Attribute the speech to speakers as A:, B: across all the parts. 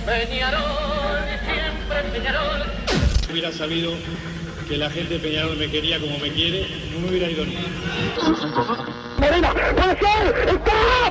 A: Peñarol, siempre Peñarol.
B: Hubiera sabido que la gente de Peñarol me quería como me quiere, no me hubiera ido ni.
A: Morena, puede ser, está,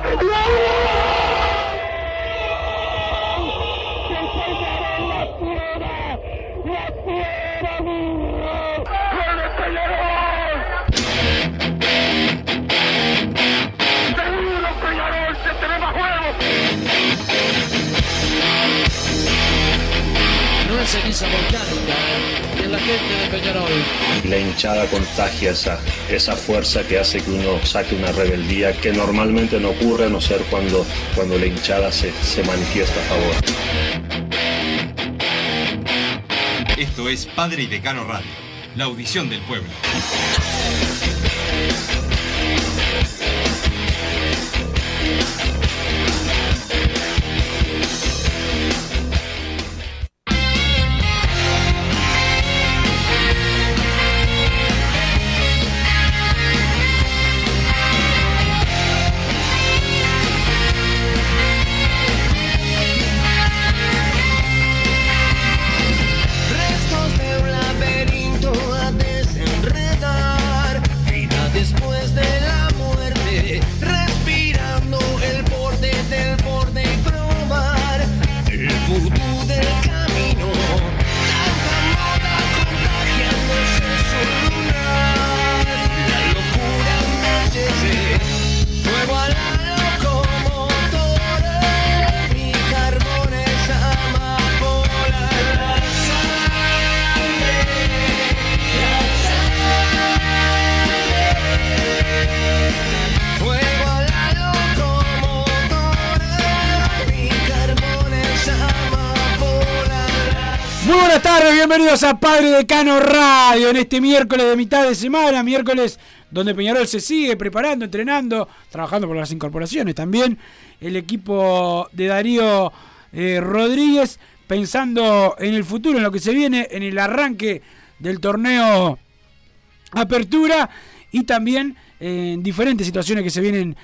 C: No es ceniza volcánica, es la gente de Peñarol.
D: La hinchada contagia esa fuerza que hace que uno saque una rebeldía que normalmente no ocurre a no ser cuando la hinchada se manifiesta a favor.
E: Esto es Padre y Decano Radio, la audición del pueblo.
F: Buenas tardes, bienvenidos a Padre Decano Radio en este miércoles de mitad de semana, miércoles donde Peñarol se sigue preparando, entrenando, trabajando por las incorporaciones también, el equipo de Darío Rodríguez, pensando en el futuro, en lo que se viene, en el arranque del torneo Apertura y también en diferentes situaciones que se vienen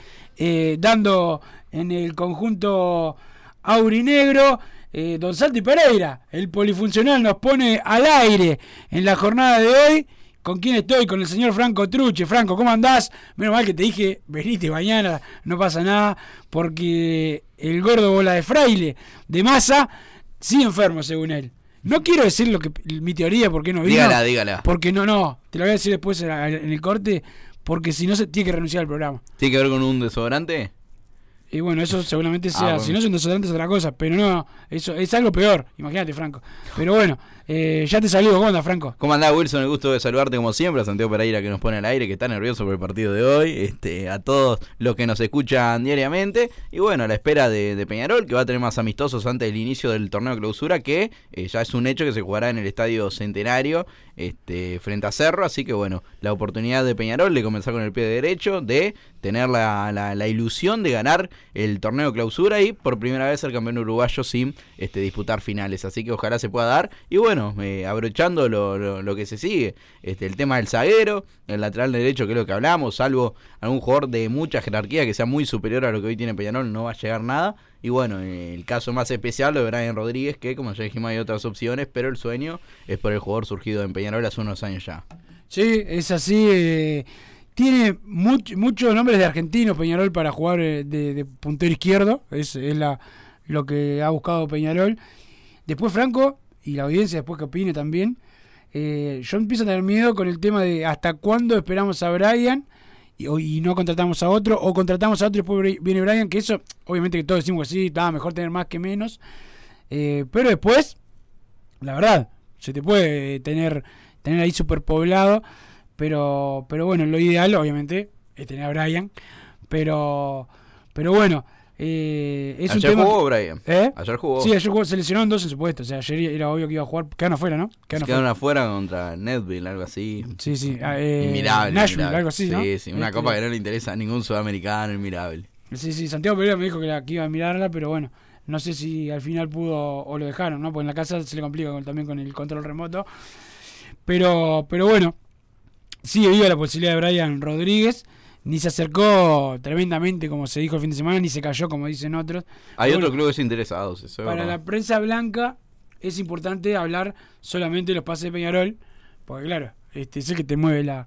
F: dando en el conjunto aurinegro. Don Santi Pereira, el polifuncional, nos pone al aire en la jornada de hoy. ¿Con quién estoy? Con el señor Franco Truche. Franco, ¿cómo andás? Menos mal que te dije, venite mañana, no pasa nada, porque el gordo bola de fraile de Massa sigue enfermo, según él. No quiero decir mi teoría, porque no vino.
G: Dígala.
F: Porque no, te lo voy a decir después en el corte, porque si no se tiene que renunciar al programa.
G: ¿Tiene que ver con un desodorante?
F: Y bueno, eso seguramente sea, si no es un desodorante es otra cosa, pero no, eso es algo peor, imagínate, Franco. Pero bueno, ya te saludo. ¿Cómo andás, Franco?
G: ¿Cómo andás, Wilson? El gusto de saludarte como siempre, a Santiago Pereira que nos pone al aire, que está nervioso por el partido de hoy, a todos los que nos escuchan diariamente, y bueno, a la espera de Peñarol, que va a tener más amistosos antes del inicio del torneo de clausura, que ya es un hecho que se jugará en el Estadio Centenario, frente a Cerro, así que bueno, la oportunidad de Peñarol de comenzar con el pie derecho, de tener la ilusión de ganar el torneo de clausura y por primera vez ser campeón uruguayo sin disputar finales, así que ojalá se pueda dar. Y bueno, abrochando lo que se sigue, el tema del zaguero, el lateral derecho, que es lo que hablamos, salvo algún jugador de mucha jerarquía que sea muy superior a lo que hoy tiene Peñarol, no va a llegar nada. Y bueno, el caso más especial lo de Brian Rodríguez, que como ya dijimos hay otras opciones, pero el sueño es por el jugador surgido en Peñarol hace unos años ya.
F: Sí, es así. Tiene muchos nombres de argentinos Peñarol para jugar de puntero izquierdo, es lo que ha buscado Peñarol. Después Franco, y la audiencia después que opine también, yo empiezo a tener miedo con el tema de hasta cuándo esperamos a Brian y no contratamos a otro, o contratamos a otro y después viene Brian, que eso, obviamente que todos decimos que sí, mejor tener más que menos, pero después, la verdad, se te puede tener ahí superpoblado, pero bueno, lo ideal obviamente es tener a Brian, pero bueno, es
G: ayer
F: un tema.
G: Jugó Brian. Ayer jugó.
F: Sí, ayer jugó, se lesionaron dos en su puesto, o sea, ayer era obvio que iba a jugar, quedaron afuera, ¿no?
G: Quedaron afuera contra Nedville, algo así.
F: Sí.
G: Inmirable.
F: Nashville, algo así, ¿no?
G: Sí, una copa que no le interesa a ningún sudamericano, inmirable.
F: Sí, Santiago Pereira me dijo que iba a mirarla, pero bueno, no sé si al final pudo o lo dejaron, ¿no? Porque en la casa se le complica también con el control remoto. Pero bueno, sí, viva la posibilidad de Brian Rodríguez. ni se acercó tremendamente, como se dijo el fin de semana, ni se cayó, como dicen otros.
G: Hay
F: Pero
G: otros clubes interesados, eso es
F: para
G: verdad.
F: la prensa blanca es importante hablar solamente de los pases de Peñarol, porque claro, es el que te mueve la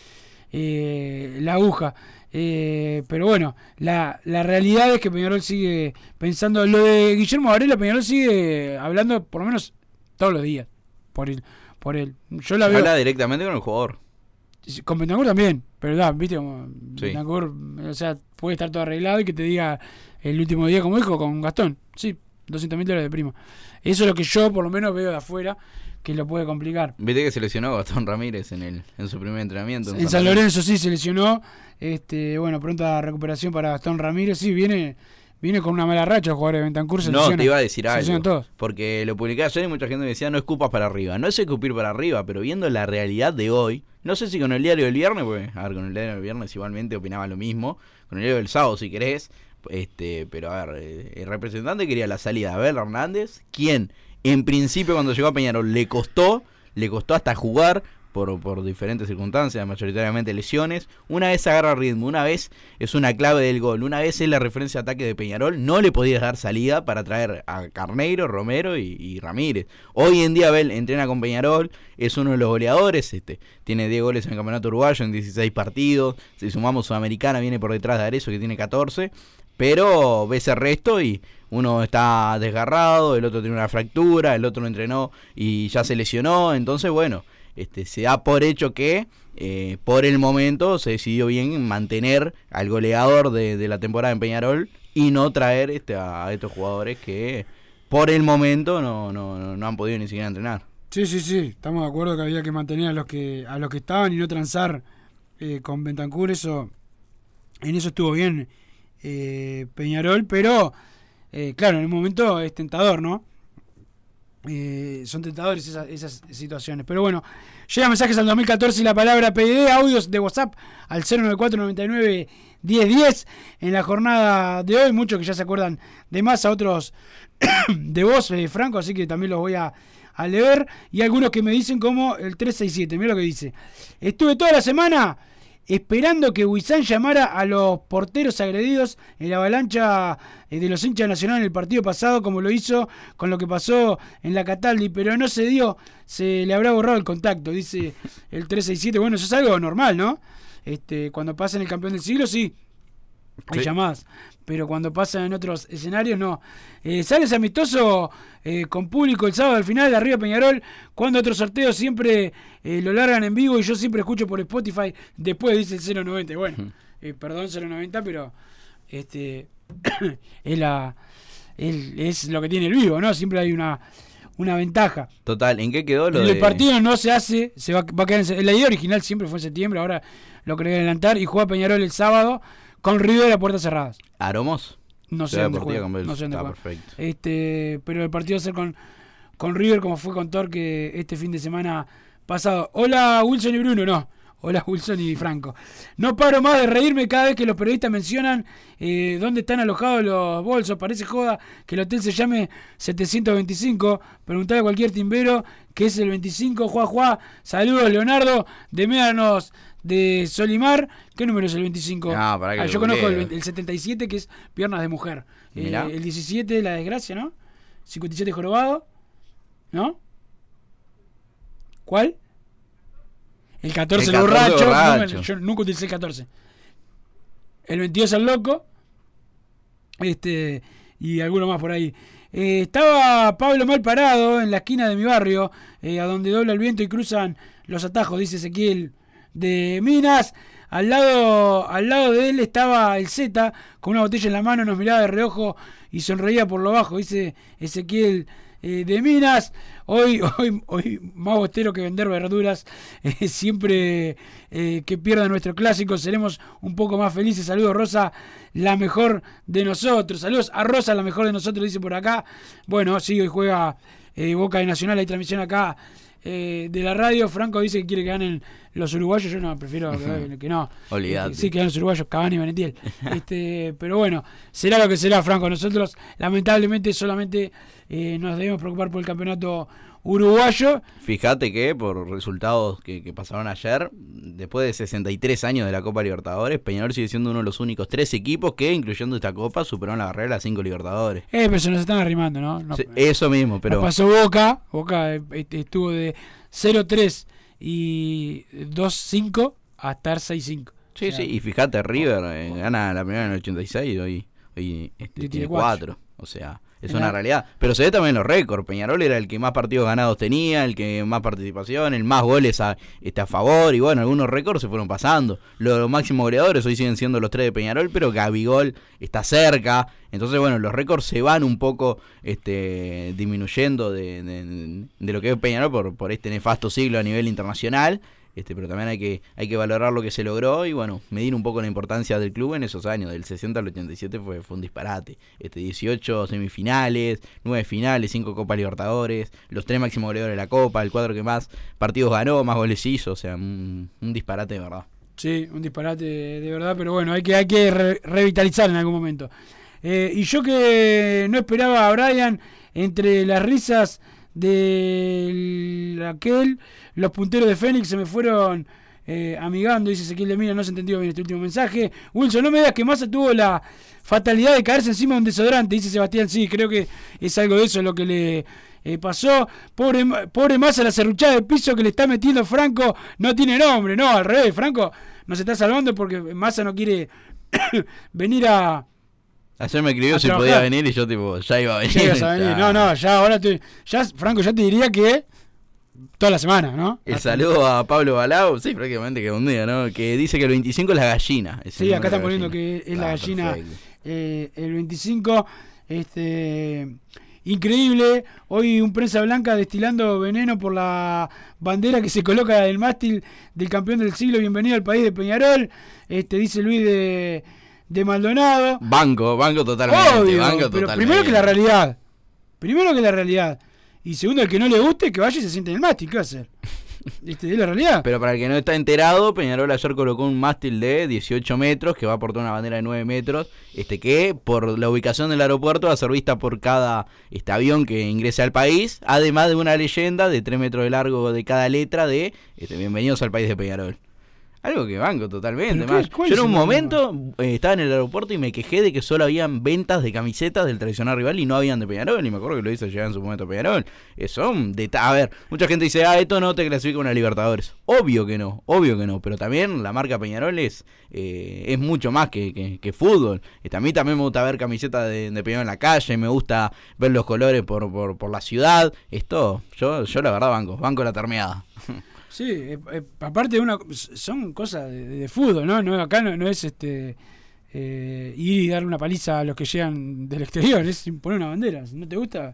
F: aguja. Pero bueno, la realidad es que Peñarol sigue pensando. Lo de Guillermo Varela, Peñarol sigue hablando por lo menos todos los días por él. Yo la veo.
G: Habla directamente con el jugador.
F: Con Bentancur también, pero viste como
G: Sí.
F: Bentancur, o sea, puede estar todo arreglado y que te diga el último día, como dijo con Gastón, sí, $200.000 de prima. Eso es lo que yo por lo menos veo de afuera, que lo puede complicar.
G: Viste que se lesionó Gastón Ramírez en su primer entrenamiento.
F: En San Lorenzo sí se lesionó. Bueno, pronta recuperación para Gastón Ramírez. Sí, viene con una mala racha el jugador de Bentancur.
G: No, te iba a decir
F: se lesionan
G: algo.
F: todos.
G: Porque lo publiqué ayer y mucha gente me decía, no escupas para arriba. No es escupir para arriba, pero viendo la realidad de hoy, no sé si con el diario del viernes, porque, a ver, con el diario del viernes igualmente opinaba lo mismo. Con el diario del sábado, si querés. Pero a ver, el representante quería la salida de Abel Hernández, quien en principio cuando llegó a Peñarol le costó hasta jugar por diferentes circunstancias, mayoritariamente lesiones. Una vez agarra ritmo, una vez es una clave del gol, una vez es la referencia de ataque de Peñarol, no le podías dar salida para traer a Carneiro, Romero y Ramírez. Hoy en día Abel entrena con Peñarol, es uno de los goleadores, tiene 10 goles en el campeonato uruguayo en 16 partidos, si sumamos Sudamericana viene por detrás de Arezzo que tiene 14, pero ves el resto y uno está desgarrado, el otro tiene una fractura, el otro no entrenó y ya se lesionó, entonces bueno, se da por hecho que por el momento se decidió bien mantener al goleador de la temporada en Peñarol y no traer a estos jugadores que por el momento no han podido ni siquiera entrenar.
F: Sí, estamos de acuerdo que había que mantener a los que estaban y no transar con Bentancur. En eso estuvo bien Peñarol, pero claro, en un momento es tentador, ¿no? Son tentadores esas situaciones. Pero bueno, llega mensajes al 2014 y la palabra PID, audios de WhatsApp al 094-99-1010 en la jornada de hoy. Muchos que ya se acuerdan de más, a otros de vos, Franco, así que también los voy a leer. Y algunos que me dicen como el 367, mira lo que dice: estuve toda la semana esperando que Huizán llamara a los porteros agredidos en la avalancha de los hinchas nacionales en el partido pasado, como lo hizo con lo que pasó en la Cataldi, pero no se dio, se le habrá borrado el contacto, dice el 367. Bueno, eso es algo normal, ¿no? Cuando pasa en el campeón del siglo, sí, hay llamadas, pero cuando pasa en otros escenarios, no. Sales amistoso con público el sábado al final de Arriba Peñarol, cuando otros sorteos siempre lo largan en vivo y yo siempre escucho por Spotify, después dice el 090. Bueno, perdón 090, pero es lo que tiene el vivo, ¿no? Siempre hay una ventaja.
G: Total, ¿en qué quedó lo
F: el partido no se hace, se va a quedar la idea original siempre fue en septiembre, ahora lo quería adelantar, y juega Peñarol el sábado con River a puertas cerradas.
G: ¿Aromos?
F: No sé dónde juega. No sé dónde juega.
G: Perfecto.
F: Pero el partido va a ser con River, como fue con Torque este fin de semana pasado. Hola Wilson y Bruno, no. Hola Wilson y Franco. No paro más de reírme cada vez que los periodistas mencionan dónde están alojados los bolsos. Parece joda que el hotel se llame 725. Preguntale a cualquier timbero que es el 25. Juá. Saludos Leonardo de Médanos de Solimar. ¿Qué número es el 25? Yo conozco el 77, que es Piernas de Mujer. El 17, La Desgracia, ¿no? 57, Jorobado, ¿no? ¿Cuál? El 14, el borracho. Yo nunca utilicé el 14. El 22, el loco. Y alguno más por ahí. Estaba Pablo mal parado en la esquina de mi barrio, a donde dobla el viento y cruzan los atajos, dice Ezequiel de Minas. Al lado de él estaba el Z con una botella en la mano, nos miraba de reojo y sonreía por lo bajo, dice Ezequiel de Minas. Hoy más bostero que vender verduras. Siempre que pierda nuestro clásico seremos un poco más felices. Saludos Rosa, la mejor de nosotros. Saludos a Rosa, la mejor de nosotros, dice por acá. Bueno, sí, hoy juega Boca de Nacional, hay transmisión acá de la radio. Franco dice que quiere que ganen los uruguayos. Yo no, prefiero que no.
G: Olvídate.
F: Sí, que ganen los uruguayos, Cavani y Benetiel. Pero bueno, será lo que será, Franco. Nosotros lamentablemente solamente nos debemos preocupar por el campeonato uruguayo.
G: Fíjate que por resultados que pasaron ayer, después de 63 años de la Copa Libertadores, Peñarol sigue siendo uno de los únicos 3 equipos que, incluyendo esta Copa, superaron la barrera de las 5 Libertadores.
F: Pero se nos están arrimando, ¿no?
G: Sí, eso mismo, pero...
F: Nos pasó Boca estuvo de 0-3 y 2-5 a estar 6-5.
G: Sí, o sea, sí, y fíjate, River gana la primera en el 86 y hoy tiene 4. O sea, es una realidad. Pero se ve también los récords. Peñarol era el que más partidos ganados tenía, el que más participación, el más goles a favor. Y bueno, algunos récords se fueron pasando. Los máximos goleadores hoy siguen siendo los 3 de Peñarol, pero Gabigol está cerca. Entonces, bueno, los récords se van un poco disminuyendo de lo que es Peñarol por este nefasto siglo a nivel internacional. Pero también hay que valorar lo que se logró y bueno, medir un poco la importancia del club en esos años, del 60 al 87 fue un disparate. 18 semifinales, 9 finales, 5 Copas Libertadores, los 3 máximos goleadores de la Copa, el cuadro que más partidos ganó, más goles hizo, o sea, un disparate de verdad.
F: Sí, un disparate de verdad, pero bueno, hay que revitalizar en algún momento. Y yo que no esperaba a Brian, entre las risas de los punteros de Fénix se me fueron amigando, dice Ezequiel de Mina, no se entendió bien este último mensaje. Wilson, no me digas que Massa tuvo la fatalidad de caerse encima de un desodorante, dice Sebastián. Sí, creo que es algo de eso lo que le pasó. Pobre Massa, la serruchada de piso que le está metiendo Franco no tiene nombre. No, al revés, Franco nos está salvando porque Massa no quiere venir a...
G: Ayer me escribió si podía venir y yo ya iba a venir.
F: Ya ibas a venir. No, ya ahora Franco, ya te diría que toda la semana, ¿no?
G: El saludo a Pablo Balao, sí, prácticamente que un día, ¿no? Que dice que el 25 es la gallina.
F: Sí, acá están poniendo que es la gallina. El 25, increíble. Hoy un prensa blanca destilando veneno por la bandera que se coloca del mástil del campeón del siglo. Bienvenido al país de Peñarol. Dice Luis de Maldonado.
G: Banco totalmente.
F: Obvio,
G: banco
F: pero
G: totalmente.
F: primero que la realidad. Y segundo, el que no le guste, que vaya y se siente en el mástil. ¿Qué va a hacer? Es la realidad.
G: Pero para el que no está enterado, Peñarol ayer colocó un mástil de 18 metros que va a aportar una bandera de 9 metros, que por la ubicación del aeropuerto va a ser vista por cada avión que ingrese al país, además de una leyenda de 3 metros de largo de cada letra de bienvenidos al país de Peñarol. Algo que banco totalmente. Más. Yo en un momento estaba en el aeropuerto y me quejé de que solo habían ventas de camisetas del tradicional rival y no habían de Peñarol. Y me acuerdo que lo hizo llegar en su momento a Peñarol. Son a ver, mucha gente dice, esto no te clasifica una Libertadores. Obvio que no. Pero también la marca Peñarol es mucho más que fútbol. A mí también me gusta ver camisetas de Peñarol en la calle, me gusta ver los colores por la ciudad. Esto, yo la verdad banco la termeada.
F: Sí, aparte son cosas de fútbol, ¿no? Acá no es ir y darle una paliza a los que llegan del exterior, es imponer una bandera. Si no te gusta,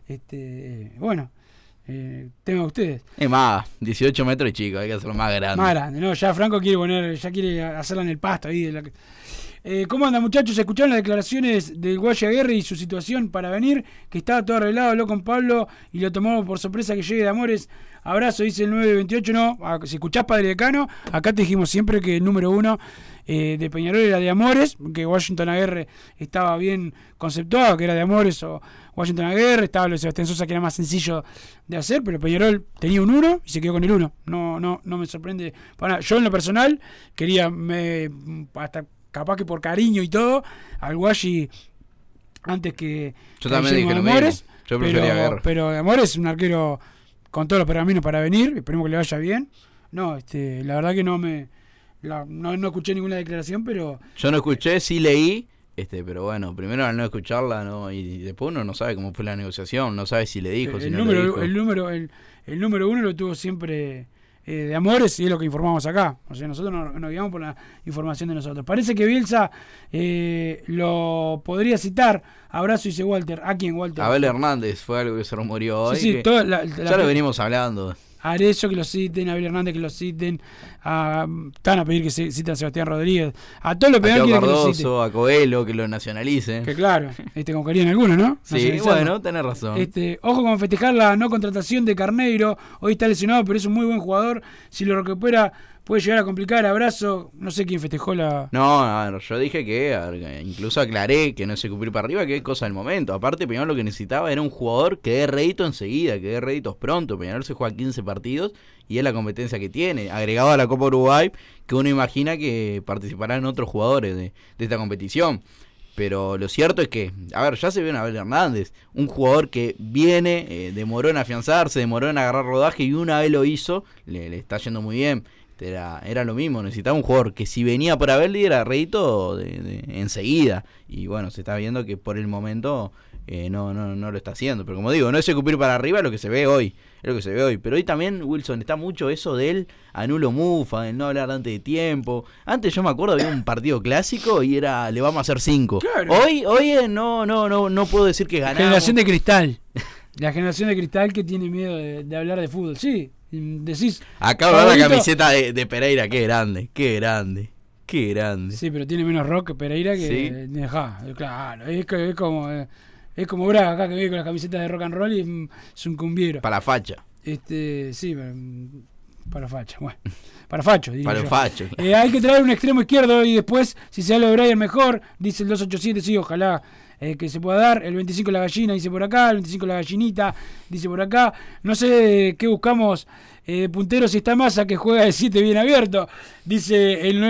F: tengan ustedes.
G: Es más, 18 metros, chicos, hay que hacerlo más grande.
F: Más grande, ¿no? Ya Franco quiere hacerla en el pasto ahí. ¿Cómo andan, muchachos? ¿Escucharon las declaraciones del Guaya Aguirre y su situación para venir? Que estaba todo arreglado, habló con Pablo y lo tomó por sorpresa que llegue de Amores. Abrazo, dice el 928. No, si escuchás Padre Decano, acá te dijimos siempre que el número 1 de Peñarol era de Amores, que Washington Aguirre estaba bien conceptuado, que era de Amores o Washington Aguirre. Estaba lo de Sebastián Sosa, que era más sencillo de hacer, pero Peñarol tenía un 1 y se quedó con el 1. No me sorprende para nada. Yo en lo personal quería hasta capaz que por cariño y todo, al Guayi antes que
G: yo también dije lo
F: Amores,
G: mismo. Yo prefería Aguirre.
F: Pero Amores es un arquero con todos los pergaminos para venir, esperemos que le vaya bien. No, la verdad que no escuché ninguna declaración, pero
G: yo no escuché, sí leí, pero bueno, primero al no escucharla, no, y después uno no sabe cómo fue la negociación, no sabe si le dijo, si no le dijo.
F: El número 1 lo tuvo siempre de Amores y es lo que informamos acá. O sea, nosotros nos guiamos por la información de nosotros. Parece que Bielsa lo podría citar. Abrazo, dice Walter. ¿A quién, Walter?
G: Abel Hernández fue algo que se rumoreó hoy.
F: Sí,
G: ya lo venimos hablando.
F: Arezzo que lo citen, Abel Hernández que lo citen, están a pedir que se citen a Sebastián Rodríguez, a todos los pedazos que lo citen.
G: A Coelho, que lo nacionalicen.
F: Que claro, como querían algunos, ¿no?
G: Sí, bueno, tenés razón.
F: Ojo con festejar la no contratación de Carneiro, hoy está lesionado, pero es un muy buen jugador, si lo recupera puede llegar a complicar. Abrazo, no sé quién festejó la...
G: No, a ver, yo dije que, incluso aclaré que no es escupir para arriba, que es cosa del momento. Aparte, Peñarol lo que necesitaba era un jugador que dé rédito enseguida, que dé réditos pronto. Peñarol se juega 15 partidos y es la competencia que tiene, agregado a la Copa Uruguay, que uno imagina que participarán otros jugadores de esta competición. Pero lo cierto es que, a ver, ya se ve a Abel Hernández, un jugador que viene, demoró en afianzarse, demoró en agarrar rodaje y una vez lo hizo, le está yendo muy bien. Era lo mismo, necesitaba un jugador que si venía por Abel diera rédito de enseguida. Y bueno, se está viendo que por el momento no lo está haciendo. Pero como digo, no es escupir para arriba, es lo que se ve hoy. Pero hoy también, Wilson, está mucho eso del anulo mufa, del no hablar antes de tiempo. Antes yo me acuerdo, había un partido clásico y era, le vamos a hacer 5. Claro. Hoy no puedo decir que ganamos.
F: Generación de cristal. La generación de cristal que tiene miedo de hablar de fútbol. Sí, decís...
G: Acabo de ver la camiseta de Pereira, qué grande. Sí,
F: pero tiene menos rock que Pereira que... ¿Sí? Claro, es como Braga acá que viene con las camisetas de rock and roll y es un cumbiero.
G: Para la facha.
F: Sí, para facha, bueno. Para facho, diría
G: para
F: yo.
G: Facho.
F: Hay que traer un extremo izquierdo y después, si se da lo de Brian mejor, dice el 287, sí, ojalá que se pueda dar. El 25 la gallina, dice por acá. El 25 la gallinita, dice por acá. No sé qué buscamos puntero si está Massa, que juega de 7 bien abierto, dice el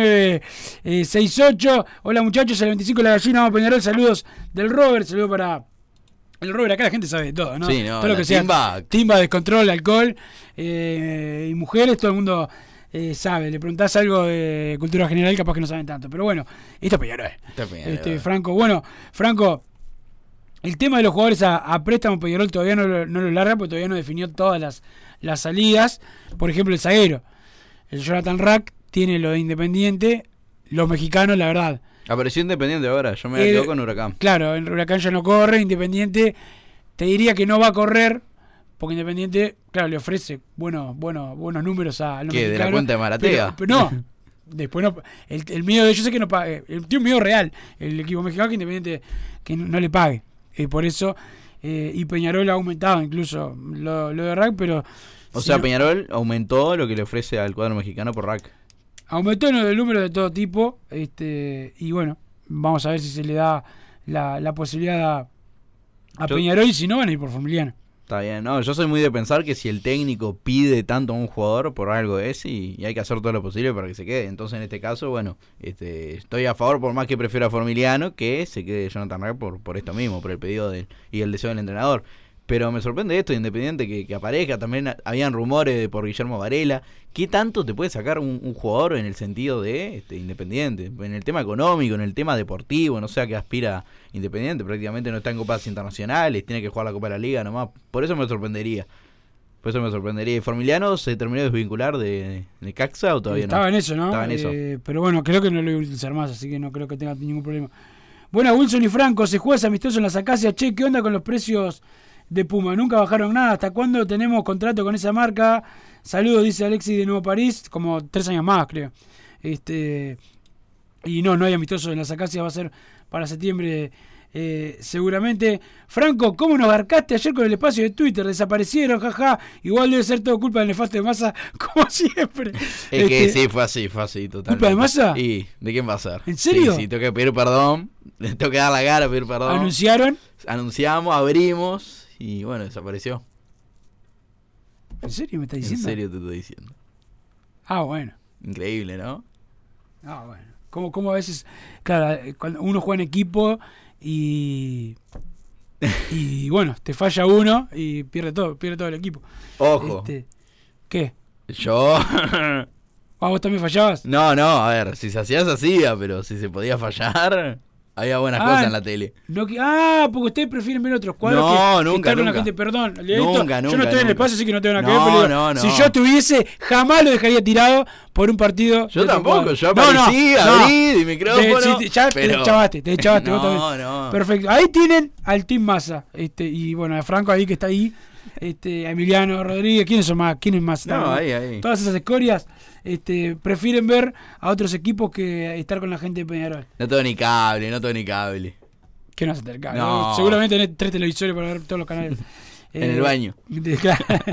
F: 968. Hola muchachos, el 25 la gallina, vamos a Peñarol. Saludos del Robert, saludos para el Robert. Acá la gente sabe de todo, ¿no?
G: Sí, no,
F: todo lo que sea timba, descontrol, alcohol y mujeres, todo el mundo sabe. Le preguntás algo de cultura general, capaz que no saben tanto, pero bueno, esto es Peñarol. Franco, Franco, el tema de los jugadores a préstamo, Peñarol todavía no lo larga, porque todavía no definió todas las salidas. Por ejemplo, el zaguero, el Jonathan Rack, tiene lo de Independiente. Los mexicanos, la verdad,
G: apareció Independiente ahora, yo me quedo con Huracán.
F: Claro, en Huracán ya no corre. Independiente te diría que no va a correr, porque Independiente, claro, le ofrece buenos números a los mexicanos.
G: ¿De la cuenta de Maratea?
F: Pero no, después no. El miedo de ellos es que no pague. Tiene un miedo real el equipo mexicano, que Independiente que no le pague. Por eso, y Peñarol ha aumentado incluso lo de Rack, pero...
G: O sea, Peñarol aumentó lo que le ofrece al cuadro mexicano por Rack.
F: Aumentó el número de todo tipo, y bueno, vamos a ver si se le da la posibilidad a Peñarol, y si no van a ir por Formiliano.
G: Está bien, no, yo soy muy de pensar que si el técnico pide tanto a un jugador, por algo es, y hay que hacer todo lo posible para que se quede. Entonces, en este caso, bueno, estoy a favor, por más que prefiero a Formiliano, que se quede Jonathan Rack por esto mismo, por el pedido y el deseo del entrenador. Pero me sorprende esto de Independiente que aparezca. También habían rumores por Guillermo Varela. ¿Qué tanto te puede sacar un jugador en el sentido de Independiente? En el tema económico, en el tema deportivo, no sé a qué aspira Independiente. Prácticamente no está en copas internacionales, tiene que jugar la Copa de la Liga nomás. Por eso me sorprendería. ¿Y Formiliano se terminó de desvincular de Caxa o todavía no?
F: Estaba en eso, ¿no?
G: Estaba en eso.
F: Pero bueno, creo que no lo iba a utilizar más, así que no creo que tenga ningún problema. Bueno, Wilson y Franco, se juega ese amistoso en las Acacias. Che, ¿qué onda con los precios de Puma? Nunca bajaron nada. ¿Hasta cuándo tenemos contrato con esa marca? Saludos, dice Alexis de Nuevo París. Como 3 años más, creo. Y no hay amistoso en las Acacias. Va a ser para septiembre, seguramente. Franco, ¿cómo nos garcaste ayer con el espacio de Twitter? Desaparecieron, jaja. Igual debe ser todo culpa del nefasto de Massa, como siempre.
G: Es que sí, fue así, totalmente.
F: ¿Culpa de Massa?
G: ¿Y de quién va a ser?
F: ¿En serio?
G: Sí, tengo que pedir perdón. Le tengo que dar la cara, pedir perdón. Anunciamos, abrimos. Y bueno, desapareció.
F: ¿En serio me estás diciendo?
G: En serio te estoy diciendo.
F: Ah, bueno.
G: Increíble, ¿no?
F: Ah, bueno. Como a veces, claro, cuando uno juega en equipo y bueno, te falla uno y pierde todo el equipo.
G: Ojo.
F: ¿Qué?
G: Yo...
F: ¿Vos también fallabas?
G: No, a ver, si se hacía, se hacía, pero si se podía fallar... Había buenas cosas en la tele.
F: Porque ustedes prefieren ver otros cuadros que estar con la gente. Perdón, yo no estoy en el espacio, así que no tengo nada que ver. Pero si yo estuviese, jamás lo dejaría tirado por un partido.
G: Yo tampoco, yo aparecí, abrí, micrófono.
F: Te echabaste vos también. No. Perfecto. Ahí tienen al Team Massa. Y bueno, a Franco ahí que está ahí. A Emiliano Rodríguez. ¿Quiénes son más? ¿Quiénes más?
G: No, ahí.
F: Todas esas escorias. Prefieren ver a otros equipos que estar con la gente de Peñarol.
G: No tengo ni cable.
F: ¿Qué no hace el cable?
G: No.
F: Seguramente tenés 3 televisores para ver todos los canales.
G: En el baño.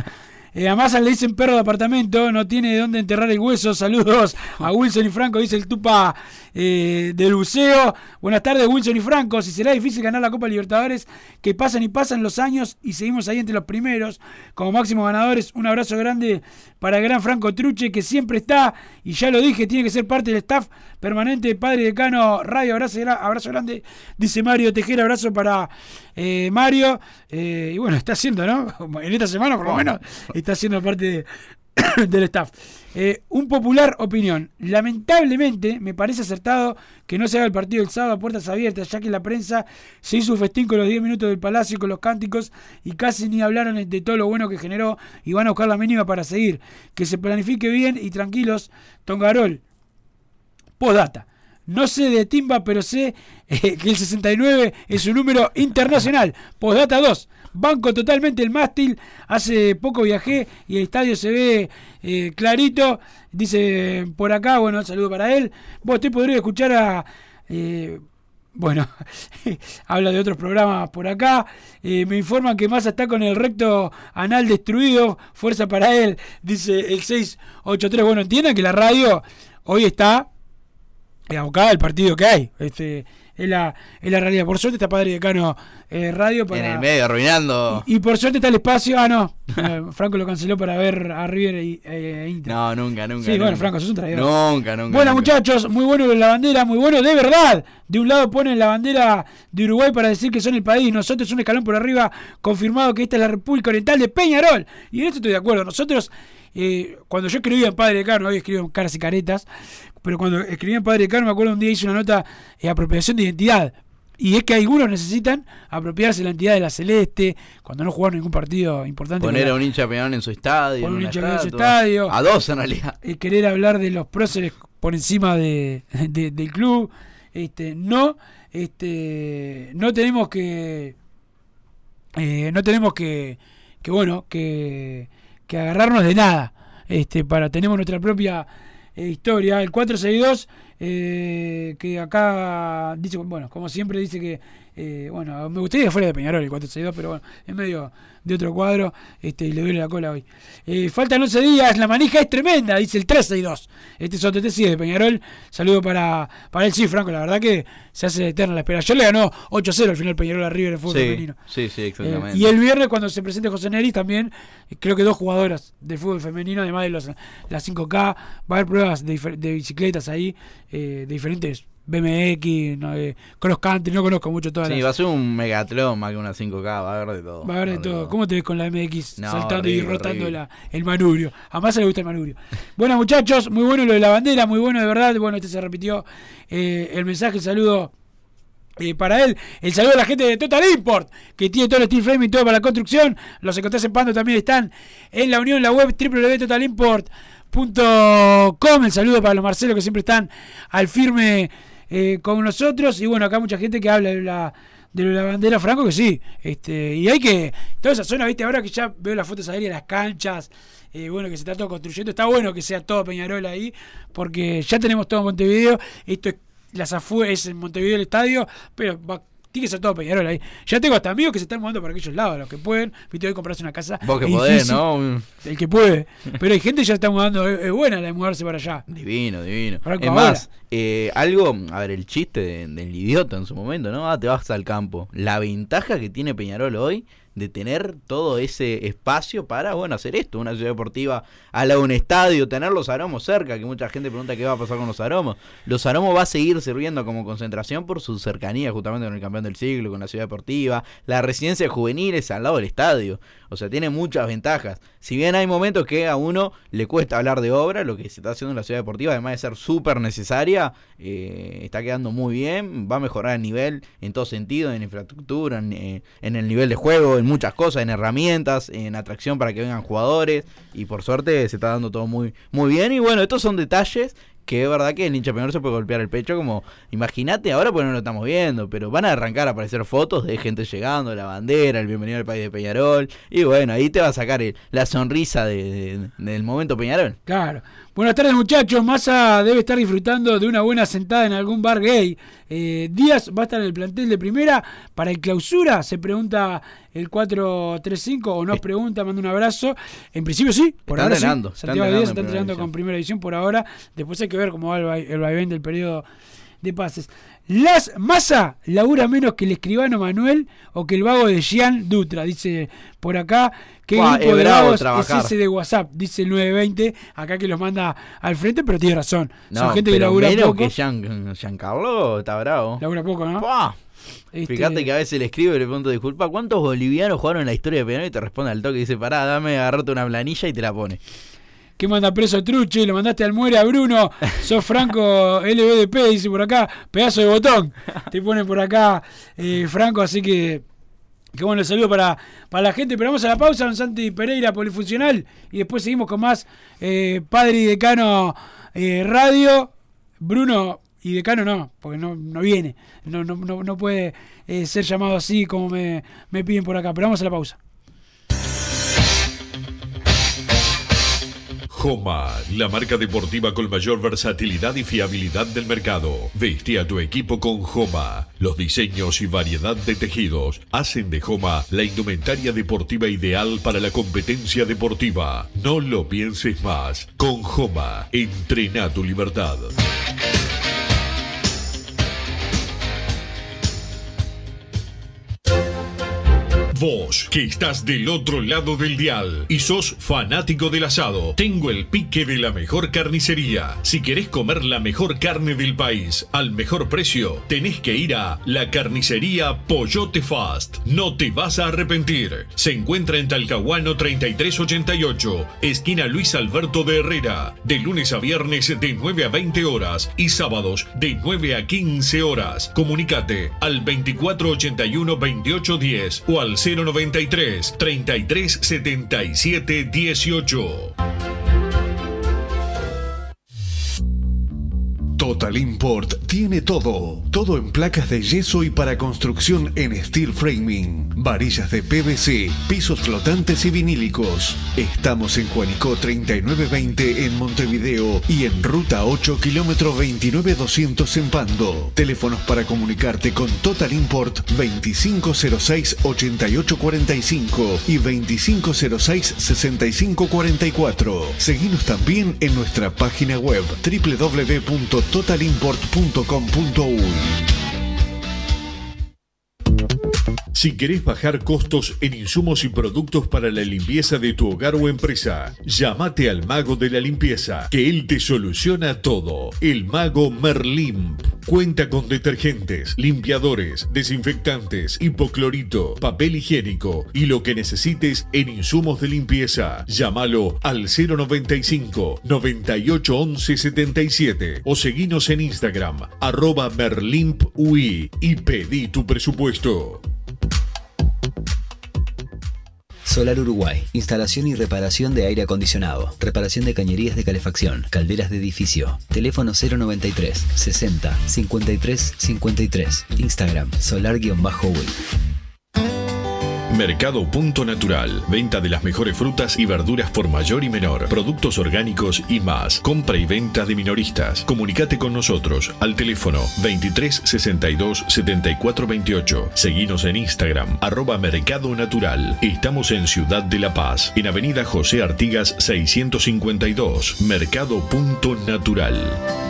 F: A Massa le dicen perro de apartamento, no tiene de dónde enterrar el hueso. Saludos a Wilson y Franco, dice el Tupa del buceo. Buenas tardes, Wilson y Franco. Si será difícil ganar la Copa Libertadores, que pasan y pasan los años y seguimos ahí entre los primeros como máximos ganadores. Un abrazo grande para el gran Franco Truche, que siempre está, y ya lo dije, tiene que ser parte del staff permanente de Padre Decano Radio. Abrazo grande, dice Mario Tejera. Abrazo para Mario. Y bueno, está haciendo, ¿no? En esta semana por lo menos está haciendo parte del staff. Un popular opinión. Lamentablemente me parece acertado que no se haga el partido el sábado a puertas abiertas, ya que la prensa se hizo un festín con los 10 minutos del Palacio, con los cánticos, y casi ni hablaron de todo lo bueno que generó, y van a buscar la mínima para seguir. Que se planifique bien y tranquilos. Tongarol. Postdata. No sé de timba, pero sé que el 69 es un número internacional. Postdata 2. Banco totalmente el mástil. Hace poco viajé y el estadio se ve clarito. Dice por acá, bueno, saludo para él. Estoy podrido escuchar a... bueno, habla de otros programas por acá. Me informan que Massa está con el recto anal destruido. Fuerza para él, dice el 683. Bueno, entiendan que la radio hoy está... abocada al partido que hay. Es la realidad. Por suerte está Padre Decano Radio para...
G: en el medio, arruinando.
F: Y por suerte está el espacio. Franco lo canceló para ver a River e Inter.
G: No, nunca.
F: Sí,
G: nunca.
F: bueno, Franco, sos un traidor.
G: Nunca.
F: Bueno, muchachos, muy bueno la bandera, muy bueno, de verdad. De un lado ponen la bandera de Uruguay para decir que son el país. Nosotros un escalón por arriba, confirmado que esta es la República Oriental de Peñarol. Y en esto estoy de acuerdo. Nosotros, cuando yo escribía en Padre Decano, hoy escribo en Caras y Caretas, pero cuando escribí en Padre Decano, me acuerdo un día hice una nota de apropiación de identidad. Y es que algunos necesitan apropiarse de la entidad de la Celeste cuando no jugaron ningún partido importante.
G: Poner a un hincha Peñarol en su estadio.
F: Poner un hincha Peñarol en su estadio.
G: A dos en realidad.
F: Querer hablar de los próceres por encima del club. No tenemos que agarrarnos de nada. Tenemos nuestra propia historia. El 462 que acá dice, bueno, como siempre dice que me gustaría que fuera de Peñarol el 462, pero bueno, en medio de otro cuadro, y le duele la cola hoy. Faltan 11 días, la manija es tremenda, dice el 362. Este es otro de Peñarol. Saludo para él, sí, Franco, la verdad que se hace eterna la espera. Yo le ganó 8-0 al final Peñarol a River en fútbol femenino.
G: Sí, exactamente.
F: Y el viernes cuando se presente José Neri también, creo que 2 jugadoras de fútbol femenino, además de las 5K, va a haber pruebas de bicicletas ahí, de diferentes BMX, cross country, no conozco mucho todas las...
G: va a ser un megatlón más que una 5K, va a haber de todo.
F: Va a haber de todo. ¿Cómo te ves con la MX saltando
G: horrible,
F: y rotando el manubrio? A Massa le gusta el manubrio. Bueno, muchachos, muy bueno lo de la bandera, muy bueno de verdad. Bueno, se repitió el mensaje, el saludo para él. El saludo a la gente de Total Import, que tiene todo el steel frame y todo para la construcción. Los encontrás en Pando, también están en la unión, la web www.totalimport.com. El saludo para los Marcelo, que siempre están al firme con nosotros. Y bueno, acá mucha gente que habla de la bandera, Franco, que sí, y hay que, toda esa zona, viste, ahora que ya veo las fotos aéreas, las canchas, bueno, que se está todo construyendo, está bueno que sea todo Peñarol ahí, porque ya tenemos todo en Montevideo. Esto es en Montevideo el estadio, pero tiene que ser todo Peñarol ahí. Ya tengo hasta amigos que se están mudando para aquellos lados, los que pueden, viste, hoy comprarse una casa.
G: Vos que podés, ¿no?
F: El que puede, pero hay gente que ya está mudando, es buena la de mudarse para allá.
G: Divino.
F: Franco,
G: es más, el chiste del idiota en su momento, ¿no? Te vas al campo. La ventaja que tiene Peñarol hoy de tener todo ese espacio para, hacer esto, una ciudad deportiva al lado de un estadio, tener los Aromos cerca, que mucha gente pregunta qué va a pasar con los Aromos. Los Aromos va a seguir sirviendo como concentración por su cercanía justamente con el campeón del siglo, con la ciudad deportiva, la residencia de juveniles al lado del estadio. O sea, tiene muchas ventajas. Si bien hay momentos que a uno le cuesta hablar de obra, lo que se está haciendo en la ciudad deportiva, además de ser súper necesaria, está quedando muy bien, va a mejorar el nivel en todo sentido, en infraestructura, en el nivel de juego, en muchas cosas, en herramientas, en atracción para que vengan jugadores, y por suerte se está dando todo muy, muy bien. Y bueno, estos son detalles que es verdad que el hincha Peñarol se puede golpear el pecho, como, imagínate, ahora pues no lo estamos viendo, pero van a arrancar a aparecer fotos de gente llegando, la bandera, el bienvenido al país de Peñarol, y bueno, ahí te va a sacar la sonrisa del momento Peñarol.
F: Claro. Buenas tardes, muchachos. Massa debe estar disfrutando de una buena sentada en algún bar gay. Díaz va a estar en el plantel de primera para el clausura, se pregunta el 435 o nos pregunta, manda un abrazo. En principio sí, por
G: Está
F: ahora
G: entrenando,
F: sí. Santiago Díaz está
G: en
F: entrenando
G: Primera
F: con Primera División por ahora. Después hay que ver cómo va el vaivén del periodo de pases. Las Massa labura menos que el escribano Manuel o que el vago de Gian Dutra, dice por acá. ¿Qué grupo de vagos es ese de WhatsApp? Dice el 920, acá que los manda al frente, pero tiene razón.
G: No,
F: son gente que labura
G: menos
F: poco.
G: Que Giancarlo está bravo.
F: Labura poco, ¿no?
G: Fíjate que a veces le escribo y le pregunto, disculpa, ¿cuántos bolivianos jugaron en la historia de Peñarol? Y te responde al toque y dice, pará, agarrate una planilla y te la pone.
F: ¿Qué manda preso Truche? Lo mandaste al muere a Bruno. Sos Franco LBDP, dice por acá. Pedazo de botón. Te pone por acá Franco, así que bueno, saludo para la gente. Pero vamos a la pausa, don Santi Pereira, polifuncional. Y después seguimos con más Padre y Decano Radio. Bruno y Decano no, porque no viene. No puede ser llamado así como me piden por acá. Pero vamos a la pausa.
H: Joma, la marca deportiva con mayor versatilidad y fiabilidad del mercado. Veste a tu equipo con Joma. Los diseños y variedad de tejidos hacen de Joma la indumentaria deportiva ideal para la competencia deportiva. No lo pienses más. Con Joma, entrena tu libertad. Vos, que estás del otro lado del dial y sos fanático del asado, tengo el pique de la mejor carnicería. Si querés comer la mejor carne del país al mejor precio, tenés que ir a la carnicería Pollote Fast. No te vas a arrepentir. Se encuentra en Talcahuano 3388, esquina Luis Alberto de Herrera, de lunes a viernes de 9 a 20 horas y sábados de 9 a 15 horas. Comunicate al 2481-2810 o al 093 33 77 18.
I: Total Import tiene todo. Todo en placas de yeso y para construcción en steel framing. Varillas de PVC, pisos flotantes y vinílicos. Estamos en Juanico 3920 en Montevideo y en Ruta 8, kilómetro 29200 en Pando. Teléfonos para comunicarte con Total Import 2506-8845 y 2506-6544. Seguinos también en nuestra página web www.totalimport.com.uy.
H: Si querés bajar costos en insumos y productos para la limpieza de tu hogar o empresa, llámate al mago de la limpieza, que él te soluciona todo. El mago Merlimp. Cuenta con detergentes, limpiadores, desinfectantes, hipoclorito, papel higiénico y lo que necesites en insumos de limpieza. Llámalo al 095 98 11 77 o seguinos en Instagram @merlimpui y pedí tu presupuesto.
J: Solar Uruguay. Instalación y reparación de aire acondicionado. Reparación de cañerías de calefacción. Calderas de edificio. Teléfono 093 60 53 53. Instagram solar-uy.
H: Mercado Punto Natural. Venta de las mejores frutas y verduras por mayor y menor. Productos orgánicos y más. Compra y venta de minoristas. Comunicate con nosotros al teléfono 23 62 74 28. Seguinos en Instagram @Mercado Natural. Estamos en Ciudad de La Paz, en Avenida José Artigas 652. Mercado Punto Natural.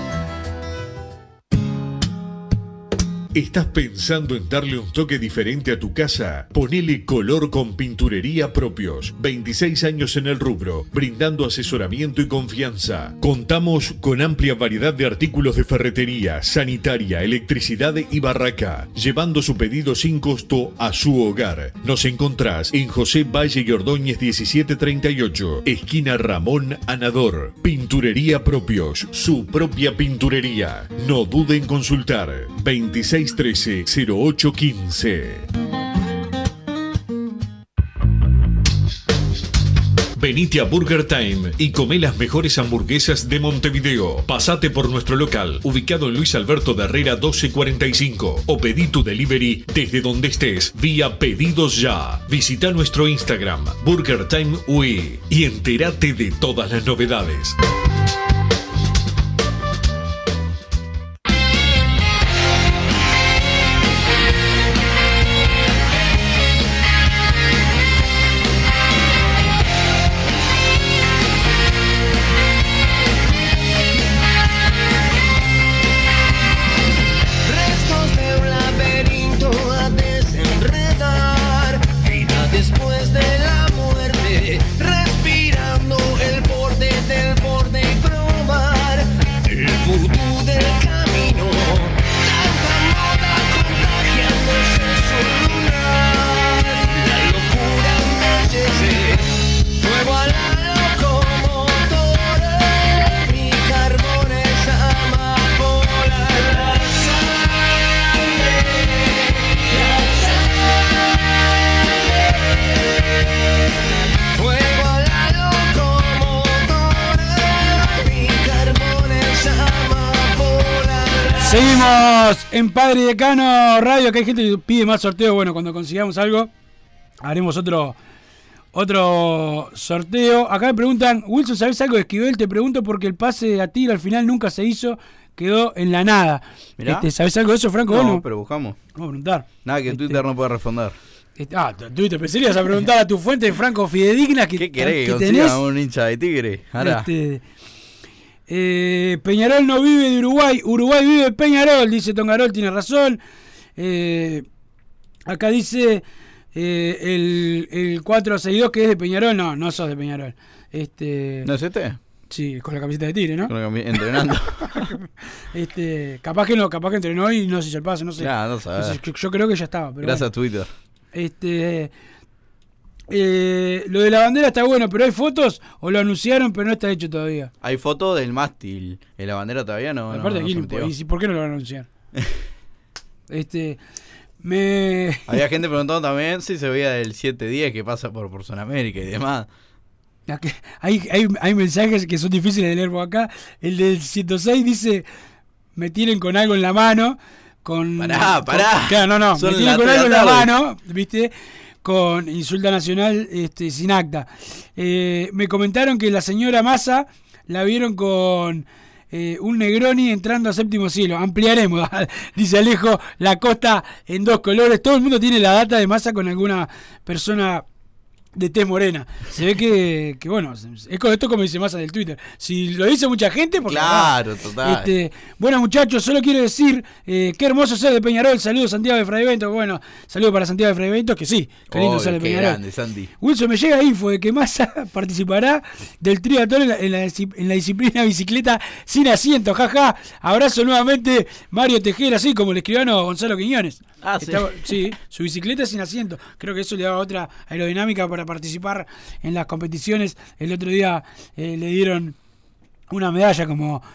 H: ¿Estás pensando en darle un toque diferente a tu casa? Ponele color con Pinturería Propios. 26 años en el rubro, brindando asesoramiento y confianza. Contamos con amplia variedad de artículos de ferretería, sanitaria, electricidad y barraca, llevando su pedido sin costo a su hogar. Nos encontrás en José Valle y Ordóñez 1738, esquina Ramón Anador. Pinturería Propios, su propia pinturería. No dude en consultar. 2613-0815. Venite a Burger Time y come las mejores hamburguesas de Montevideo. Pasate por nuestro local, ubicado en Luis Alberto de Herrera 1245, o pedí tu delivery desde donde estés, vía Pedidos Ya. Visita nuestro Instagram, Burger Time UI, y entérate de todas las novedades.
F: Seguimos en Padre y Decano Radio, que hay gente que pide más sorteo. Bueno, cuando consigamos algo, haremos otro sorteo. Acá me preguntan, Wilson, ¿sabes algo de Esquivel? Te pregunto porque el pase a tiro al final nunca se hizo, quedó en la nada. ¿Sabes algo de eso, Franco?
G: No, pero buscamos.
F: Vamos a preguntar.
G: Nada que Twitter no puede responder.
F: Twitter, pensé que ibas a preguntar a tu fuente, Franco, fidedigna.
G: ¿Qué querés que consiga un hincha de Tigre? Ahora.
F: Peñarol no vive de Uruguay, Uruguay vive de Peñarol, dice Tongarol, tiene razón. Acá dice el 462 que es de Peñarol, no sos de Peñarol.
G: ¿No es este?
F: Sí, con la camiseta de Tigre, ¿no?
G: Entrenando.
F: Capaz que entrenó y no se hizo el pase, no sé.
G: No sabes.
F: Yo creo que ya estaba. Pero
G: gracias a Twitter.
F: Lo de la bandera está bueno, pero hay fotos o lo anunciaron, pero no está hecho todavía.
G: Hay fotos del mástil. En la bandera todavía no.
F: Aparte aquí, ¿y por qué no lo van a anunciar?
G: Había gente preguntando también si se veía del 710 que pasa por Zona América y demás.
F: Hay mensajes que son difíciles de leer por acá. El del 106 dice: me tienen con algo en la mano.
G: Pará.
F: Claro, no. Me tienen con algo en la mano, ¿viste? Con insulta nacional sin acta. Me comentaron que la señora Massa la vieron con un Negroni entrando a Séptimo Cielo. Ampliaremos, dice Alejo, la costa en 2 colores. Todo el mundo tiene la data de Massa con alguna persona de tez morena. Se ve que bueno, es con esto como dice Massa del Twitter. Si lo dice mucha gente, porque
G: claro, total.
F: Bueno, muchachos, solo quiero decir qué hermoso ser de Peñarol. Saludos Santiago de Fray. Bueno, saludos para Santiago de Fray, que sí, qué lindo ser de Peñarol.
G: Grande, Santi.
F: Wilson, me llega info de que Massa participará del triatlón en la disciplina bicicleta sin asiento. Jaja. Abrazo nuevamente, Mario Tejera, así como el escribano Gonzalo Quiñones. Sí, su bicicleta sin asiento. Creo que eso le da otra aerodinámica para participar en las competiciones. El otro día le dieron una medalla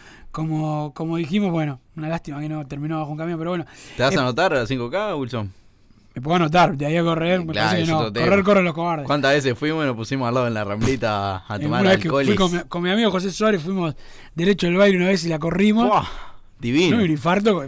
F: como dijimos. Bueno, una lástima que no terminó bajo un camión, pero bueno.
G: ¿Te vas a anotar a la 5K, Wilson?
F: Me puedo anotar, de ahí a correr. Me parece que no. Corren los cobardes.
G: ¿Cuántas veces fuimos y nos pusimos al lado en la ramblita a tomar alcohol?
F: Fui con mi amigo José Suárez, fuimos derecho del baile una vez y la corrimos.
G: ¡Wow! Divino.
F: No, un infarto.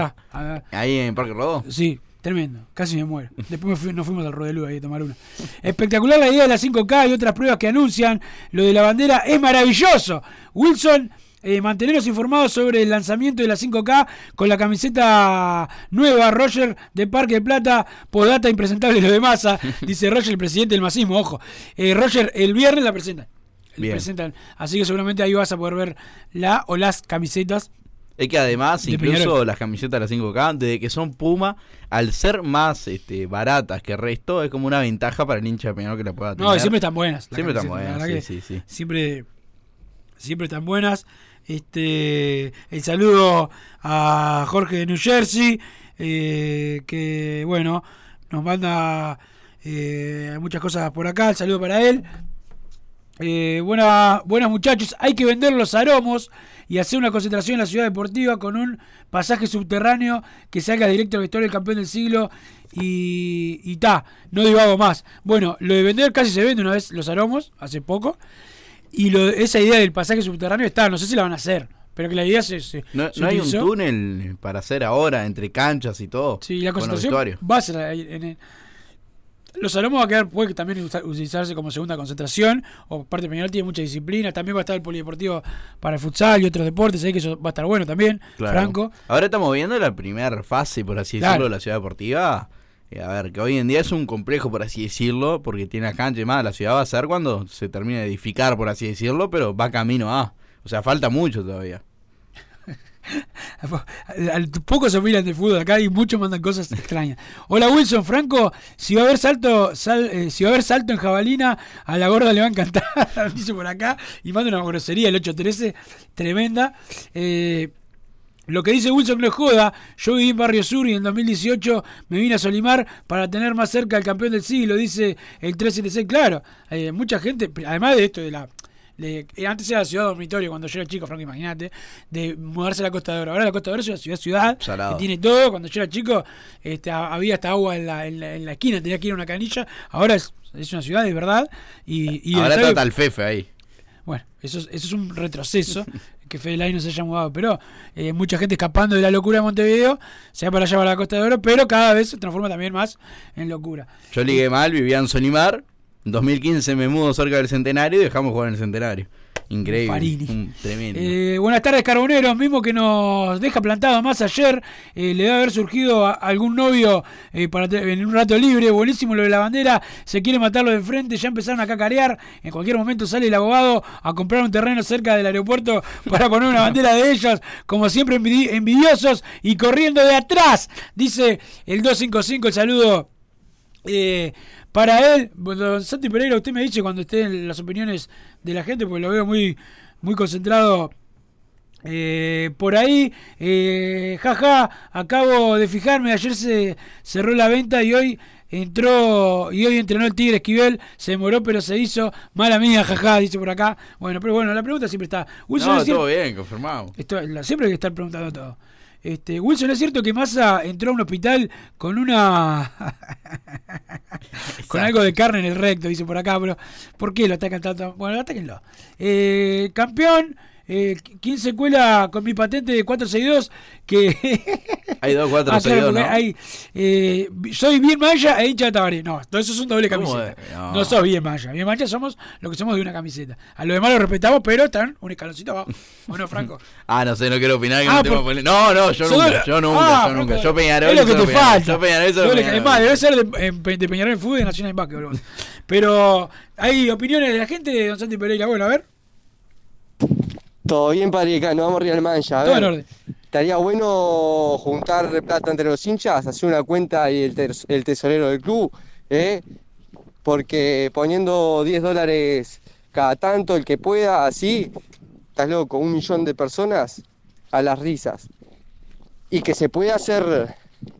G: ¿Ahí en Parque Rodó?
F: Sí, tremendo. Casi me muero. Después nos fuimos al Rodelú ahí a tomar una. Espectacular la idea de la 5K y otras pruebas que anuncian. Lo de la bandera es maravilloso. Wilson, mantenernos informados sobre el lanzamiento de la 5K con la camiseta nueva. Roger de Parque de Plata. Podata impresentable lo de Massa. Dice Roger, el presidente del masismo. Ojo. Roger, el viernes la presentan. Así que seguramente ahí vas a poder ver las camisetas.
G: Es que además, incluso las camisetas de la 5K, desde que son Puma, al ser más baratas que el resto, es como una ventaja para el hincha de Peñarol que la pueda tener.
F: No, siempre están buenas.
G: Siempre están buenas, sí.
F: Siempre están buenas. El saludo a Jorge de New Jersey, que bueno, nos manda muchas cosas por acá. El saludo para él. Buenas muchachos, hay que vender los aromos y hacer una concentración en la ciudad deportiva con un pasaje subterráneo que salga directo a la historia del campeón del siglo y no divago más. Bueno, lo de vender casi se vende una vez los aromos, hace poco, y esa idea del pasaje subterráneo está, no sé si la van a hacer, pero que la idea se
G: no hay un túnel para hacer ahora entre canchas y todo.
F: Sí, la concentración va a ser en los aromos va a quedar, puede también utilizarse como segunda concentración, o parte Peñarol tiene mucha disciplina, también va a estar el polideportivo para el futsal y otros deportes, ahí que eso va a estar bueno también, claro. Franco.
G: Ahora estamos viendo la primera fase, por así decirlo, de la ciudad deportiva. A ver, que hoy en día es un complejo, por así decirlo, porque tiene la cancha y más. La ciudad va a ser cuando se termine de edificar, por así decirlo, pero va camino a. O sea, falta mucho todavía.
F: Pocos se miran de fútbol acá y muchos mandan cosas extrañas. Hola Wilson, Franco, si va a haber salto en jabalina, a la gorda le va a encantar, dice por acá, y manda una grosería el 813 tremenda. Lo que dice Wilson no es joda. Yo viví en Barrio Sur y en 2018 me vine a Solimar para tener más cerca al campeón del siglo, dice el 376. Claro, mucha gente, además de esto antes era la ciudad dormitorio cuando yo era chico, Franco, imagínate, de mudarse a la Costa de Oro. Ahora la Costa de Oro es una ciudad que tiene todo. Cuando yo era chico había hasta agua en la esquina, tenía que ir a una canilla. Ahora es una ciudad de verdad. Y
G: ahora está Talfefe ahí.
F: Bueno, eso es un retroceso que Fede no se haya mudado, pero mucha gente escapando de la locura de Montevideo, se va para allá, para la Costa de Oro, pero cada vez se transforma también más en locura.
G: Yo ligué mal, vivía en Sonimar, en 2015 me mudo cerca del Centenario y dejamos jugar en el Centenario. Increíble, tremendo.
F: Buenas tardes, Carboneros, mismo que nos deja plantado más ayer, le debe haber surgido algún novio en un rato libre, buenísimo lo de la bandera, se quiere matarlo de frente, ya empezaron a cacarear, en cualquier momento sale el abogado a comprar un terreno cerca del aeropuerto para poner una bandera de ellos, como siempre envidiosos y corriendo de atrás, dice el 255, el saludo para él. Don Santi Pereira, usted me dice cuando esté en las opiniones de la gente, porque lo veo muy concentrado por ahí. Acabo de fijarme, ayer se cerró la venta y hoy entrenó el Tigre Esquivel, se demoró pero se hizo, mala mía, dice por acá. Bueno, pero bueno, la pregunta siempre está. Wilson,
G: todo bien, confirmado.
F: Siempre hay que estar preguntando todo. Wilson, ¿es cierto que Massa entró a un hospital con con algo de carne en el recto? Dice por acá, pero ¿por qué lo atacan tanto? Bueno, atáquenlo. Campeón, ¿quién se cuela con mi patente de 462? Que
G: hay 2 462, ¿no?
F: Soy bien maya e hincha de Tabaré. No, eso es un doble camiseta. No sos bien maya. Bien maya somos lo que somos de una camiseta. A los demás lo respetamos, pero están un escaloncito abajo. Bueno, Franco.
G: No sé, no quiero opinar. No, yo nunca. Yo Peñarol.
F: Es lo que te falta.
G: Yo Peñarol.
F: Es más, debe ser de Peñarol en fútbol y de Nacional en básquetbol. Pero hay opiniones de la gente, don Santi Pereira. Bueno, a ver.
K: Todo bien, padre, nos vamos arriba al mancha.
F: Todo en orden.
K: Estaría bueno juntar plata entre los hinchas, hacer una cuenta y el tesorero del club, porque poniendo $10 cada tanto, el que pueda, así, estás loco, 1 millón de personas a las risas. Y que se pueda hacer,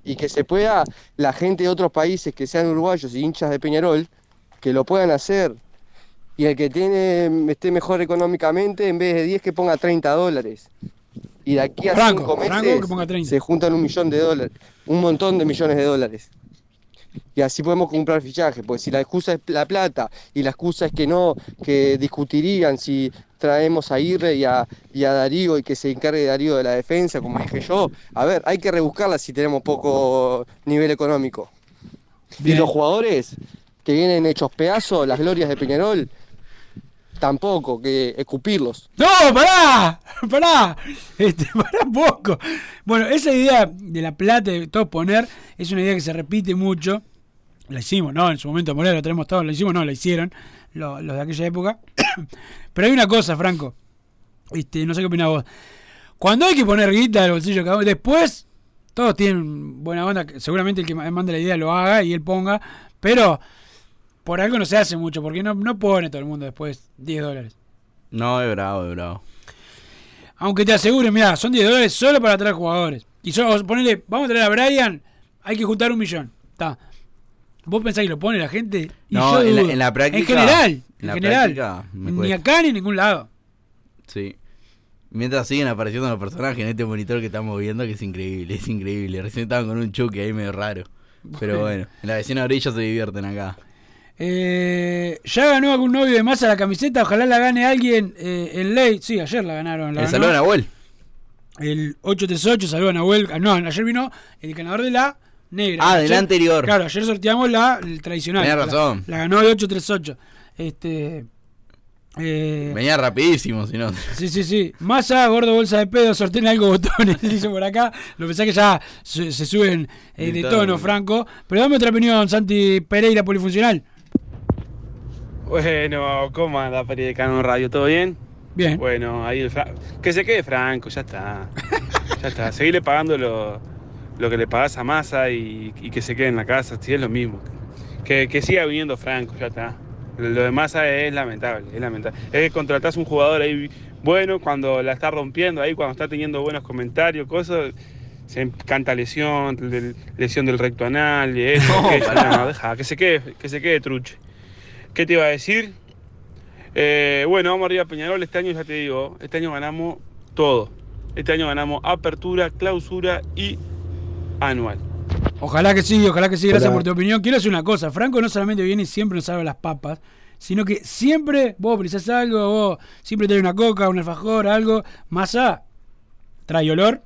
K: la gente de otros países que sean uruguayos y hinchas de Peñarol, que lo puedan hacer. Y el que esté mejor económicamente, en vez de 10 que ponga $30. Y de aquí a 5 meses se juntan $1 millón, un montón de millones de dólares. Y así podemos comprar fichajes, porque si la excusa es la plata y la excusa es que discutirían si traemos a Irre y a Darío y que se encargue Darío de la defensa, como dije yo, a ver, hay que rebuscarla si tenemos poco nivel económico. Bien. Y los jugadores que vienen hechos pedazos, las glorias de Peñarol, tampoco, que escupirlos.
F: ¡No, pará! Pará un poco. Bueno, esa idea de la plata, de todo poner, es una idea que se repite mucho. La hicimos, ¿no? En su momento, Moreno, lo tenemos todos, la hicimos, no, la hicieron los de aquella época. Pero hay una cosa, Franco, no sé qué opinás vos. Cuando hay que poner guita del bolsillo cada uno, después, todos tienen buena onda, seguramente el que mande la idea lo haga y él ponga, pero por algo no se hace mucho, porque no pone todo el mundo después $10.
G: No, es bravo.
F: Aunque te aseguren, mirá, son $10 solo para traer jugadores. Y solo ponele, vamos a traer a Brian, hay que juntar $1 millón. Está. ¿Vos pensás que lo pone la gente? Y
G: no, en la práctica.
F: En general.
G: Práctica,
F: ni acá ni en ningún lado.
G: Sí. Mientras siguen apareciendo los personajes en este monitor que estamos viendo, que es increíble. Recién estaban con un chuque ahí medio raro. Pero bueno, en la vecina orilla se divierten acá.
F: ¿Ya ganó algún novio de Massa la camiseta? Ojalá la gane alguien en ley. Sí, ayer la ganaron.
G: El saludo a Nahuel.
F: El 838, saludo a Nahuel. No, ayer vino el ganador de la negra.
G: Del anterior.
F: Claro, ayer sorteamos el tradicional.
G: Tenés razón.
F: La ganó el 838.
G: Venía rapidísimo, si no.
F: Sí. Massa, gordo, bolsa de pedo, sorteen algo, botones, dice por acá. Lo pensás que ya se suben de tono, Franco. Pero dame otra opinión, Santi Pereira, polifuncional.
L: Bueno, ¿cómo anda Padre Decano Radio? ¿Todo bien?
F: Bien.
L: Bueno, ahí que se quede Franco, ya está. Ya está. Seguirle pagando lo que le pagás a Massa y que se quede en la casa, sí, es lo mismo. Que siga viniendo Franco, ya está. Lo de Massa es lamentable. Es que contratás un jugador ahí bueno cuando la está rompiendo, ahí cuando está teniendo buenos comentarios, cosas, se canta lesión del recto anal y eso, deja, que se quede truche. ¿Qué te iba a decir? Bueno, vamos arriba a Peñarol. Este año ya te digo, este año ganamos todo. Este año ganamos apertura, clausura y anual.
F: Ojalá que sí, gracias por tu opinión. Quiero decir una cosa, Franco no solamente viene y siempre nos salva las papas, sino que siempre vos precisás algo, vos siempre tenés una coca, un alfajor, algo. Massa trae olor,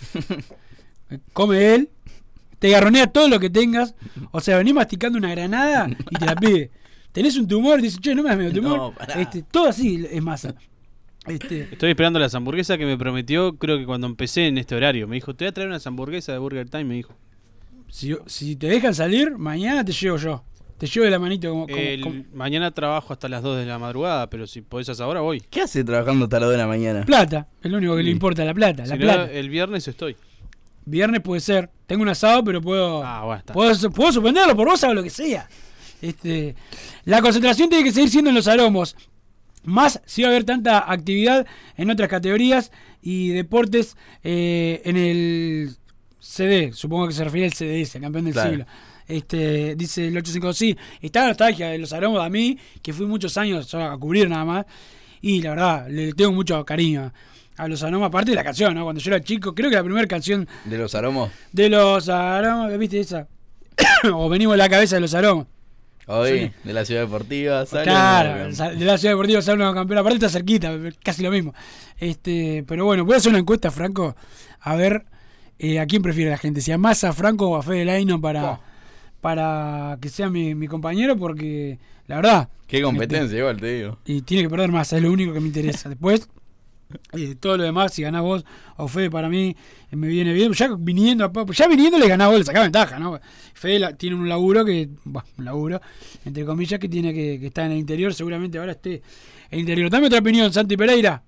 F: come él, te garronea todo lo que tengas. O sea, venís masticando una granada y te la pide. Tenés un tumor y dices, che, no me das medio tumor.
G: No,
F: todo así es Massa.
L: Estoy esperando las hamburguesas que me prometió, creo que cuando empecé en este horario. Me dijo, te voy a traer unas hamburguesas de Burger Time, me dijo.
F: Si te dejan salir, mañana te llevo yo. Te llevo de la manito
L: Mañana trabajo hasta las 2 de la madrugada, pero si podés a esa hora voy.
G: ¿Qué hace trabajando hasta las 2 de la mañana?
F: Plata, es lo único que le importa, la plata.
L: Si
F: plata.
L: el viernes estoy.
F: Viernes puede ser. Tengo un asado, pero puedo suspenderlo por vos, hago lo que sea. La concentración tiene que seguir siendo en los aromos. Más si va a haber tanta actividad en otras categorías y deportes en el CD. Supongo que se refiere al CDS, campeón del siglo. Dice el 852, sí, está la nostalgia de los aromos a mí, que fui muchos años a cubrir nada más. Y la verdad, le tengo mucho cariño a los aromos, aparte de la canción, ¿no? Cuando yo era chico, creo que la primera canción...
G: ¿De los aromos?
F: De los aromos, ¿viste esa? O venimos a la cabeza de los aromos.
G: Hoy,
F: sí.
G: De la Ciudad Deportiva sale.
F: Claro, de la Ciudad Deportiva sale una campeona. Aparte está cerquita, casi lo mismo. Pero bueno, voy a hacer una encuesta, Franco, a ver a quién prefiere la gente, si a Massa, a Franco o a Fede Laino para que sea mi compañero, porque la verdad...
G: Qué competencia, igual te digo.
F: Y tiene que perder Massa, es lo único que me interesa. Después, todo lo demás, si ganás vos o Fede, para mí me viene bien. Ya viniendo le ganás vos, le sacás ventaja, ¿no? Fede tiene un laburo entre comillas, que tiene que estar en el interior, seguramente ahora esté en el interior. Dame otra opinión, Santi Pereira.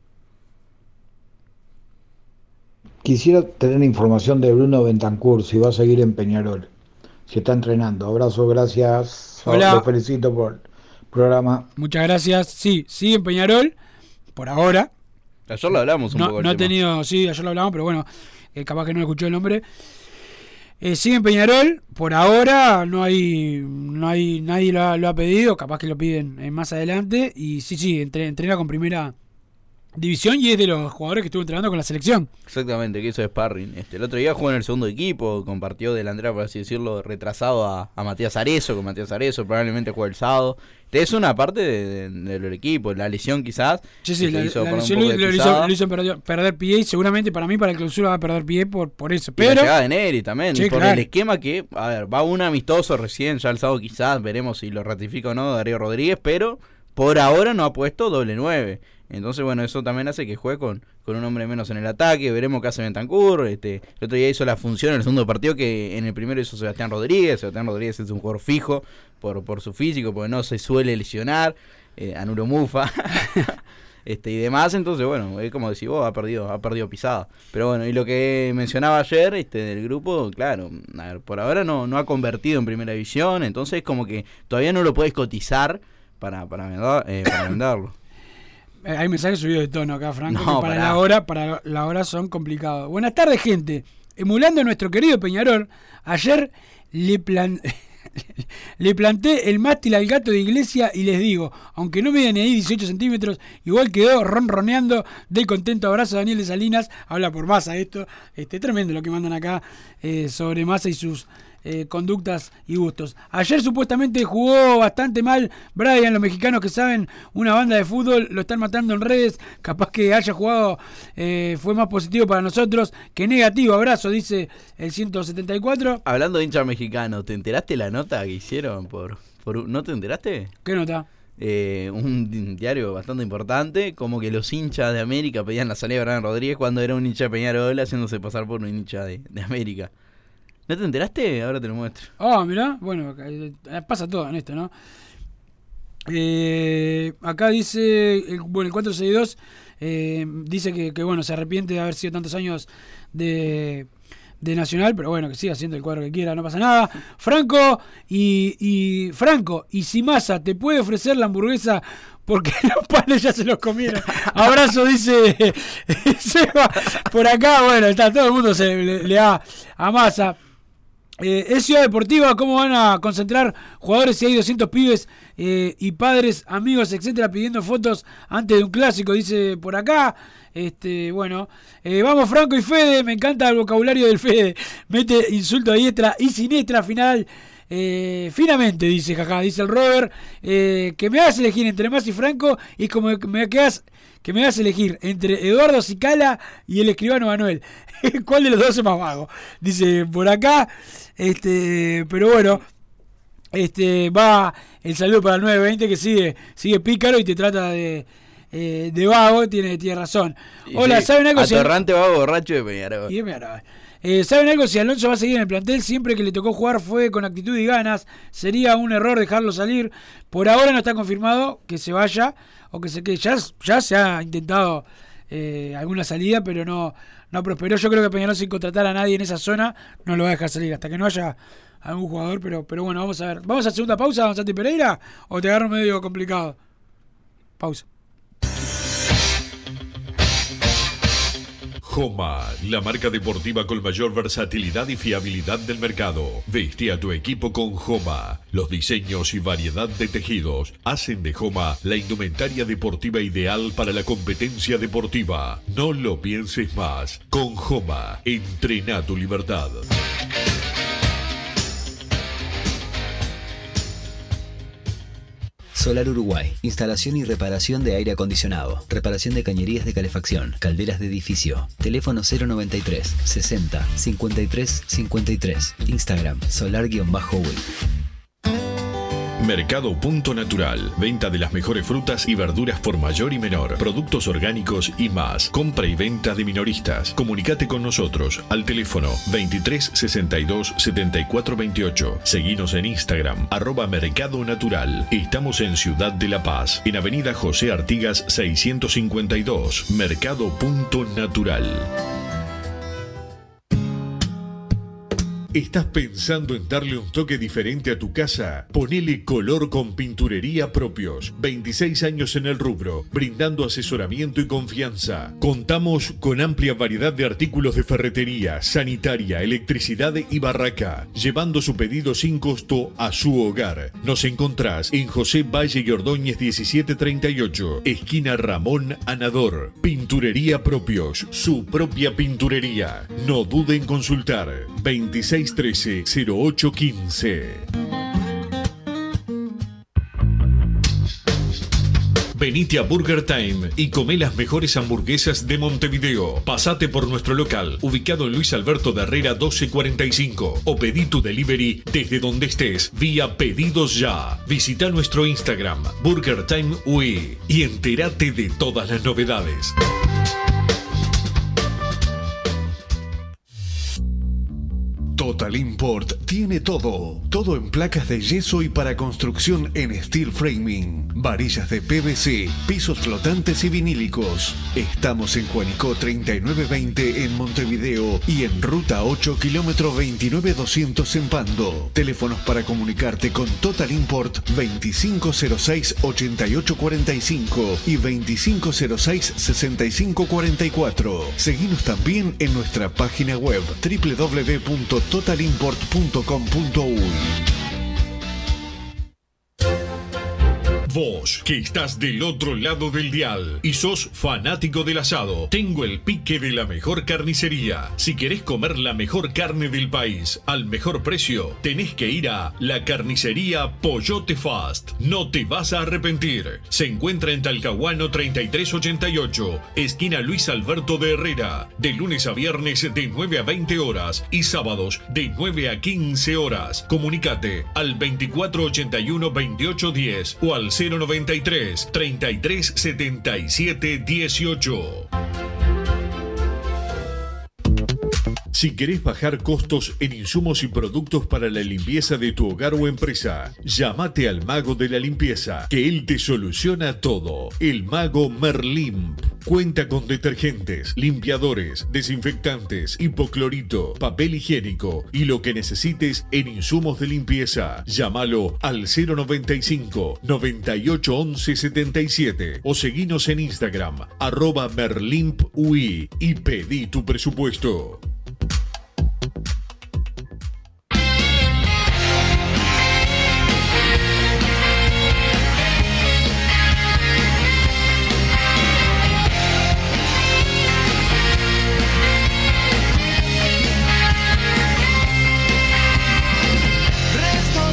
M: Quisiera tener información de Bruno Bentancur, si va a seguir en Peñarol, si está entrenando. Abrazo, gracias.
F: Hola.
M: Los felicito por el programa.
F: Muchas gracias. Sí, sigue en Peñarol, por ahora.
G: Ayer lo hablamos un poco.
F: No he tenido, sí, ayer lo hablamos, pero bueno, capaz que no escuchó el nombre. Sigue en Peñarol, por ahora no hay nadie lo ha pedido, capaz que lo piden más adelante. Y sí, entrena con primera división y es de los jugadores que estuvo entrenando con la selección.
G: Exactamente, que hizo sparring. El otro día jugó en el segundo equipo, compartió delantera, por así decirlo, retrasado a Matías Arezo, con Matías Arezo probablemente juega el sábado. Es una parte del equipo, la lesión quizás.
F: Sí, la lesión lo hizo perder pie, y seguramente para el clausura va a perder pie por eso. Pero
G: la llegada de Neri también,
F: sí,
G: por
F: claro.
G: El esquema que, a ver, va un amistoso recién, ya el sábado quizás, veremos si lo ratifica o no Darío Rodríguez, pero por ahora no ha puesto doble 9. Entonces, bueno, eso también hace que juegue con un hombre menos en el ataque. Veremos qué hace Bentancur. El otro día hizo la función en el segundo partido que en el primero hizo Sebastián Rodríguez. Sebastián Rodríguez es un jugador fijo por su físico, porque no se suele lesionar. Anuro Mufa y demás. Entonces, bueno, es como decís vos, ha perdido pisada. Pero bueno, y lo que mencionaba ayer del grupo, claro, a ver, por ahora no ha convertido en primera división. Entonces, como que todavía no lo podés cotizar para venderlo.
F: Hay mensajes subidos de tono acá, Franco,
G: No,
F: que para la hora son complicados. Buenas tardes, gente. Emulando a nuestro querido Peñarol, ayer le planté el mástil al gato de Iglesia y les digo, aunque no mide ni ahí 18 centímetros, igual quedó ronroneando del contento. Abrazo a Daniel de Salinas. Habla por Massa esto. Tremendo lo que mandan acá sobre Massa y sus conductas y gustos. Ayer supuestamente jugó bastante mal Brian, los mexicanos que saben una banda de fútbol lo están matando en redes, capaz que haya jugado fue más positivo para nosotros que negativo. Abrazo, dice el 174.
G: Hablando de hinchas mexicanos, ¿te enteraste la nota que hicieron ¿no te enteraste?
F: ¿Qué nota?
G: Un diario bastante importante, como que los hinchas de América pedían la salida de Brian Rodríguez cuando era un hincha de Peñarol haciéndose pasar por un hincha de América. ¿No te enteraste? Ahora te lo muestro.
F: Mirá, bueno, pasa todo en esto, ¿no? Acá dice, el 462 dice que bueno, se arrepiente de haber sido tantos años de Nacional, pero bueno, que siga haciendo el cuadro que quiera, no pasa nada. Franco, y si Massa te puede ofrecer la hamburguesa porque los panes ya se los comieron. Abrazo, dice Seba. Por acá, bueno, está todo el mundo le da a Massa. Es Ciudad Deportiva, ¿cómo van a concentrar jugadores si hay 200 pibes y padres, amigos, etcétera, pidiendo fotos antes de un clásico? Dice por acá. Bueno, vamos Franco y Fede, me encanta el vocabulario del Fede, mete insulto a diestra y siniestra final. finamente, dice jaja, dice el Robert, que me hagas elegir entre Massa y Franco y como que me hagas elegir entre Eduardo Cicala y el escribano Manuel. ¿Cuál de los dos es más vago? Dice por acá, pero bueno, va el saludo para el 920 que sigue pícaro y te trata de vago, tiene razón. Hola,
G: sí,
F: ¿saben algo?
G: Atorrante, vago, borracho de Peñarol.
F: Y de Peñarol. ¿Saben algo? Si Alonso va a seguir en el plantel, siempre que le tocó jugar fue con actitud y ganas. Sería un error dejarlo salir. Por ahora no está confirmado que se vaya o que se quede. Ya se ha intentado alguna salida, pero no prosperó. Yo creo que Peñarol, sin contratar a nadie en esa zona, no lo va a dejar salir hasta que no haya algún jugador. Pero bueno, vamos a ver. ¿Vamos a segunda pausa, Don Santi Pereira? ¿O te agarro medio complicado? Pausa.
H: Joma, la marca deportiva con mayor versatilidad y fiabilidad del mercado. Veste a tu equipo con Joma. Los diseños y variedad de tejidos hacen de Joma la indumentaria deportiva ideal para la competencia deportiva. No lo pienses más. Con Joma, entrena tu libertad.
J: Solar Uruguay. Instalación y reparación de aire acondicionado. Reparación de cañerías de calefacción. Calderas de edificio. Teléfono 093 60 53 53. Instagram solar-uy.
H: Mercado Punto Natural. Venta de las mejores frutas y verduras por mayor y menor. Productos orgánicos y más. Compra y venta de minoristas. Comunicate con nosotros al teléfono 23 62 74 28. Seguinos en Instagram @Mercado Natural. Estamos en Ciudad de La Paz, en Avenida José Artigas 652. Mercado Punto Natural. ¿Estás pensando en darle un toque diferente a tu casa? Ponele color con Pinturería Propios. 26 años en el rubro, brindando asesoramiento y confianza. Contamos con amplia variedad de artículos de ferretería, sanitaria, electricidad y barraca, llevando su pedido sin costo a su hogar. Nos encontrás en José Valle y Ordóñez 1738, esquina Ramón Anador. Pinturería Propios, su propia pinturería. No dude en consultar. 2613-0815. Venite a Burger Time y comé las mejores hamburguesas de Montevideo. Pasate por nuestro local, ubicado en Luis Alberto de Herrera 1245, o pedí tu delivery desde donde estés, vía Pedidos Ya. Visita nuestro Instagram, Burger Time UI, y entérate de todas las novedades.
I: Total Import tiene todo. Todo en placas de yeso y para construcción en steel framing. Varillas de PVC, pisos flotantes y vinílicos. Estamos en Juanico 3920 en Montevideo y en Ruta 8, kilómetro 29200 en Pando. Teléfonos para comunicarte con Total Import 2506-8845 y 2506-6544. Seguinos también en nuestra página web www.totalimport.com.uy.
H: Vos, que estás del otro lado del dial y sos fanático del asado, tengo el pique de la mejor carnicería. Si querés comer la mejor carne del país al mejor precio, tenés que ir a la carnicería Pollote Fast. No te vas a arrepentir. Se encuentra en Talcahuano 3388, esquina Luis Alberto de Herrera, de lunes a viernes de 9 a 20 horas y sábados de 9 a 15 horas. Comunicate al 2481-2810 o al 093 33 77 18. Si querés bajar costos en insumos y productos para la limpieza de tu hogar o empresa, llámate al mago de la limpieza, que él te soluciona todo. El mago Merlimp. Cuenta con detergentes, limpiadores, desinfectantes, hipoclorito, papel higiénico y lo que necesites en insumos de limpieza. Llámalo al 095 98 11 77 o seguinos en Instagram @merlimpui y pedí tu presupuesto.
N: Resto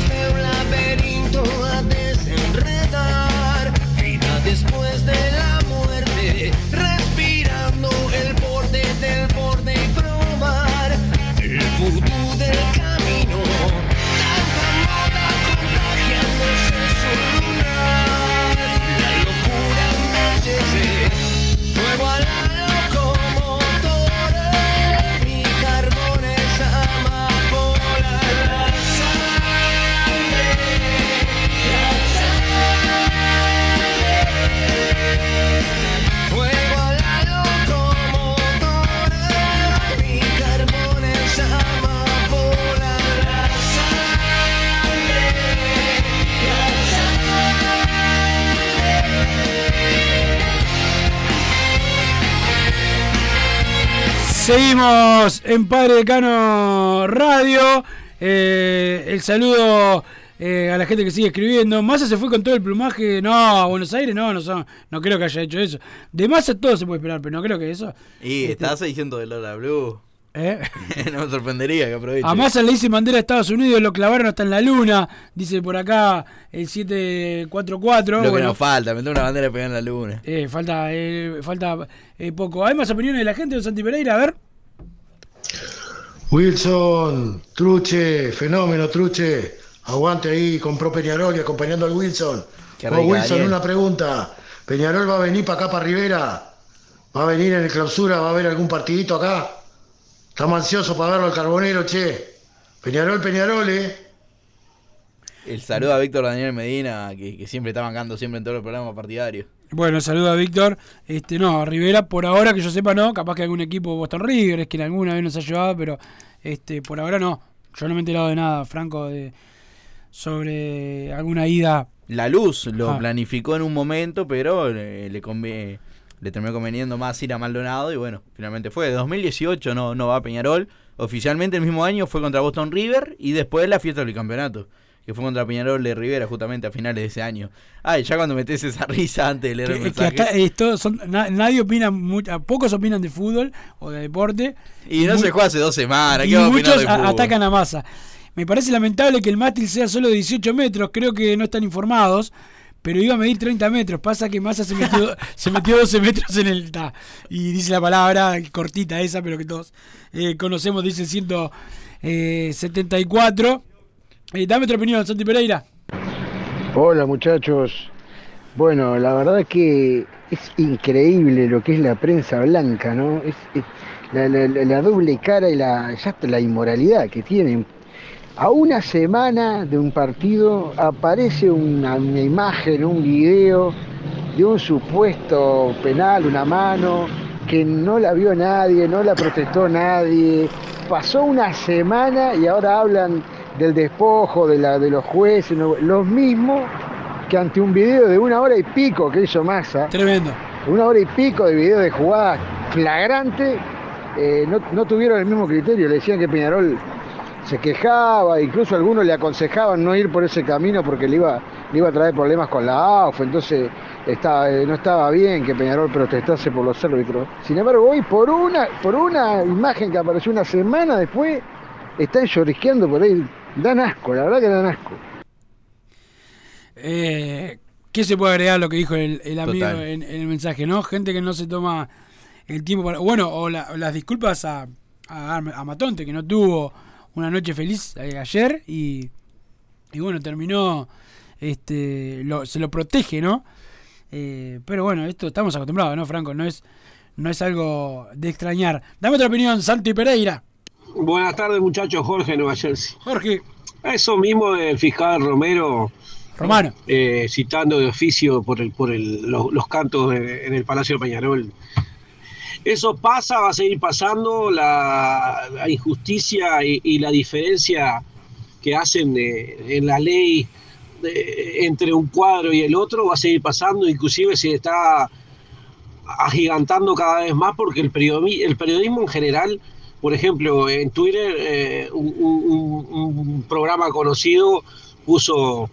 F: Seguimos en Padre Decano Radio. El saludo a la gente que sigue escribiendo. Massa se fue con todo el plumaje. No, a Buenos Aires no creo que haya hecho eso. De Massa todo se puede esperar, pero no creo que eso.
G: Y está 600 de Lola Blue. No me sorprendería que aproveche.
F: A Massa le dice bandera de Estados Unidos, lo clavaron hasta en la luna. Dice por acá el 744.
G: Lo que nos falta, meter una bandera pegada en la luna.
F: Falta poco. ¿Hay más opiniones de la gente de Santi Pereira? A ver.
N: Wilson, Truche, fenómeno Truche. Aguante ahí, compró Peñarol y acompañando al Wilson. Wilson, Daniel. Una pregunta. ¿Peñarol va a venir para acá, para Rivera? ¿Va a venir en el clausura? ¿Va a haber algún partidito acá? Estamos ansiosos para verlo al Carbonero, che. Peñarol,
G: El saludo a Víctor Daniel Medina, que siempre está bancando siempre en todos los programas partidarios.
F: Bueno, saludo a Víctor. No, Rivera, por ahora que yo sepa no, capaz que algún equipo Boston River, es que alguna vez nos ha llevado, pero por ahora no. Yo no me he enterado de nada, Franco, sobre alguna ida.
G: La Luz lo planificó en un momento, pero le terminó conveniendo más ir a Maldonado y bueno, finalmente fue. De 2018 no va a Peñarol. Oficialmente el mismo año fue contra Boston River y después la fiesta del campeonato, que fue contra Peñarol de Rivera justamente a finales de ese año. Ya cuando metés esa risa antes de leer el mensaje.
F: Nadie opina, pocos opinan de fútbol o de deporte.
G: Y no se juega hace 2 semanas.
F: Y muchos atacan a Massa. Me parece lamentable que el mástil sea solo de 18 metros, creo que no están informados. Pero iba a medir 30 metros. Pasa que Massa se metió 12 metros en el... y dice la palabra cortita esa, pero que todos conocemos. Dice 174. Dame otra opinión, Santi Pereira.
O: Hola, muchachos. Bueno, la verdad que es increíble lo que es la prensa blanca, ¿no? Es la doble cara y la inmoralidad que tienen. A una semana de un partido aparece una imagen, un video de un supuesto penal, una mano, que no la vio nadie, no la protestó nadie. Pasó una semana y ahora hablan del despojo, de los jueces, los mismos que ante un video de 1 hora y pico que hizo Massa.
F: Tremendo.
O: 1 hora y pico de video de jugada flagrante, no tuvieron el mismo criterio, le decían que Peñarol se quejaba, incluso algunos le aconsejaban no ir por ese camino porque le iba a traer problemas con la AUF, entonces no estaba bien que Peñarol protestase por los árbitros. Sin embargo, hoy por una imagen que apareció una semana después, están llorisqueando por ahí. Dan asco, la verdad que dan asco.
F: ¿Qué se puede agregar a lo que dijo el amigo en el mensaje, no? Gente que no se toma el tiempo para... Bueno, o las disculpas a Matonte, que no tuvo una noche feliz ayer y bueno, terminó, se lo protege, ¿no? Pero bueno, esto estamos acostumbrados, ¿no, Franco? No es algo de extrañar. Dame otra opinión, Santi Pereira.
P: Buenas tardes, muchachos. Jorge, Nueva Jersey.
F: Jorge.
P: Eso mismo del fiscal Romano, citando de oficio por los cantos en el Palacio de Peñarol. Eso pasa, va a seguir pasando, la injusticia y la diferencia que hacen en la ley entre un cuadro y el otro va a seguir pasando, inclusive se está agigantando cada vez más porque el periodismo en general, por ejemplo, en Twitter un programa conocido puso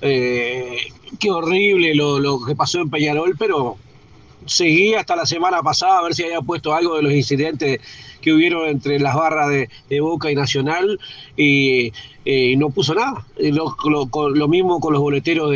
P: qué horrible lo que pasó en Peñarol, pero seguí hasta la semana pasada a ver si había puesto algo de los incidentes que hubieron entre las barras de Boca y Nacional y no puso nada. Lo mismo con los boleteros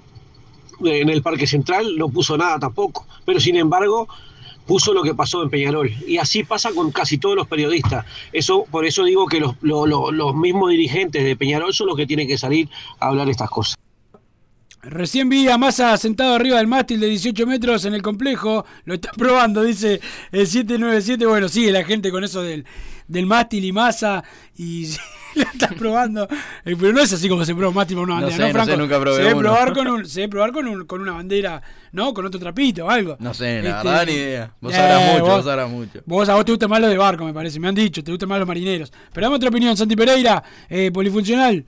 P: en el Parque Central, no puso nada tampoco, pero sin embargo puso lo que pasó en Peñarol, y así pasa con casi todos los periodistas. Por eso digo que los mismos dirigentes de Peñarol son los que tienen que salir a hablar estas cosas.
F: Recién vi a Massa sentado arriba del mástil de 18 metros en el complejo, lo está probando, dice el 797, bueno, sigue la gente con eso del mástil y Massa, y lo está probando, pero no es así como se prueba un mástil por una bandera, ¿no, Franco?
G: Nunca probé
F: se debe probar con una bandera, ¿no? Con otro trapito o algo.
G: No sé, la verdad ni idea. Vos sabrás mucho.
F: A vos te gustan más los de barco, me parece, me han dicho, te gustan más los marineros. Pero dame otra opinión, Santi Pereira, polifuncional.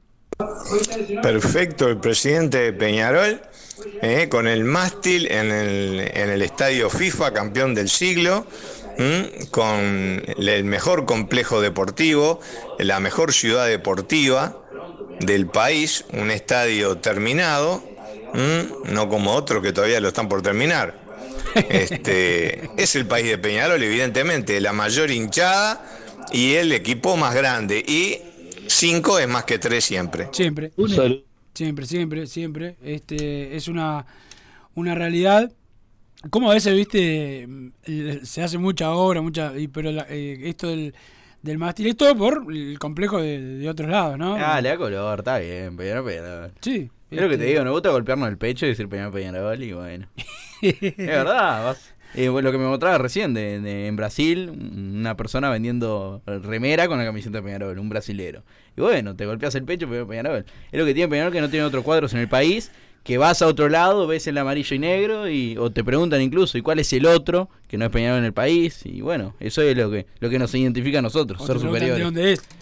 Q: Perfecto, el presidente de Peñarol, con el mástil en el estadio FIFA, campeón del siglo, con el mejor complejo deportivo, la mejor ciudad deportiva del país, un estadio terminado, no como otro que todavía lo están por terminar. Es el país de Peñarol, evidentemente, la mayor hinchada y el equipo más grande. Y 5 es más que 3 siempre.
F: Siempre. Siempre. Es una realidad. Como a veces, viste, se hace mucha obra, pero esto del mástil es todo por el complejo de otros lados, ¿no?
G: Le da color, está bien, Peñarol.
F: Sí.
G: Es lo que te digo, nos gusta golpearnos el pecho y decir Peñarol y bueno. Es verdad, lo que me mostraba recién en Brasil, una persona vendiendo remera con la camiseta de Peñarol, un brasilero. Y bueno, te golpeas el pecho, Peñarol. Es lo que tiene Peñarol, que no tiene otros cuadros en el país, que vas a otro lado, ves el amarillo y negro, o te preguntan incluso, ¿y cuál es el otro que no es Peñarol en el país? Y bueno, eso es lo que nos identifica a nosotros, ser superiores.
F: ¿De dónde es?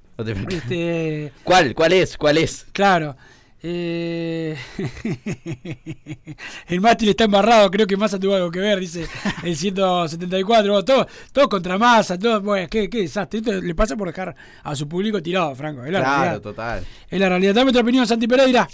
G: ¿Cuál es?
F: Claro. El mástil está embarrado, creo que Massa tuvo algo que ver, dice el 174. Todo contra Massa, todo. Bueno, qué desastre. Esto le pasa por dejar a su público tirado, Franco. Es la realidad.
G: Total.
F: Es la realidad. Dame tu opinión, Santi Pereira.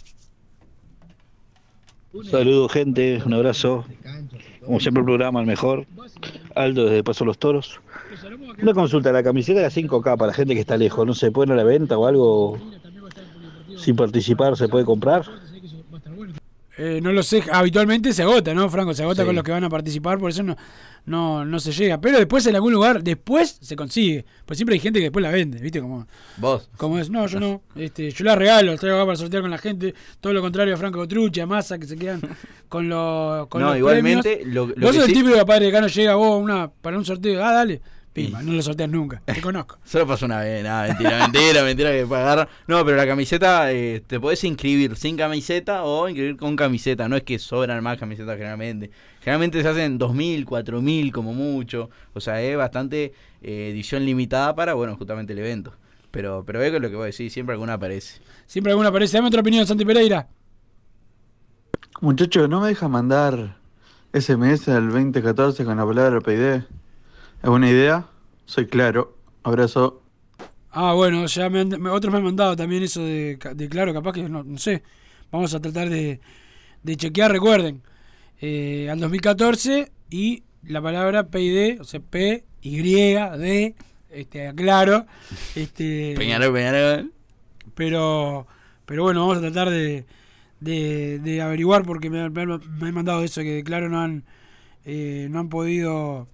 R: Saludos, gente, un abrazo. Como siempre, el programa el mejor. Aldo desde Paso Los Toros. Una consulta: la camiseta de la 5K para la gente que está lejos, ¿no se puede ir a la venta o algo? Sin participar, ¿se puede comprar?
F: No lo sé, habitualmente se agota, ¿no, Franco? Se agota con los que van a participar, por eso no se llega. Pero después en algún lugar, después se consigue. Pues siempre hay gente que después la vende, ¿viste?
G: ¿Vos?
F: Como es, no, yo no. Yo la regalo, la traigo acá para sortear con la gente. Todo lo contrario a Franco Trucha, a Massa, que se quedan con los
G: igualmente,
F: premios. Vos sos el típico que Padre Decano llega vos para un sorteo, dale. Pima, no lo sorteas nunca, te conozco.
G: Solo pasó una vez, mentira que pagar. No, pero la camiseta, te podés inscribir sin camiseta o inscribir con camiseta. No es que sobran más camisetas generalmente. Generalmente se hacen 2.000, 4.000 como mucho. O sea, es bastante edición limitada para, justamente el evento. Pero es lo que vos decís, siempre alguna aparece.
F: Dame otra opinión, Santi Pereira.
S: Muchachos, ¿no me deja mandar SMS al 2014 con la palabra PID? ¿Es buena idea? Soy claro. Abrazo.
F: Bueno, ya otros me han mandado también eso de claro, capaz que no sé. Vamos a tratar de chequear, recuerden. Al 2014 y la palabra PID, o sea, P-Y-D, claro.
G: Peñarol.
F: Pero bueno, vamos a tratar de averiguar porque me han mandado eso, que de claro no han podido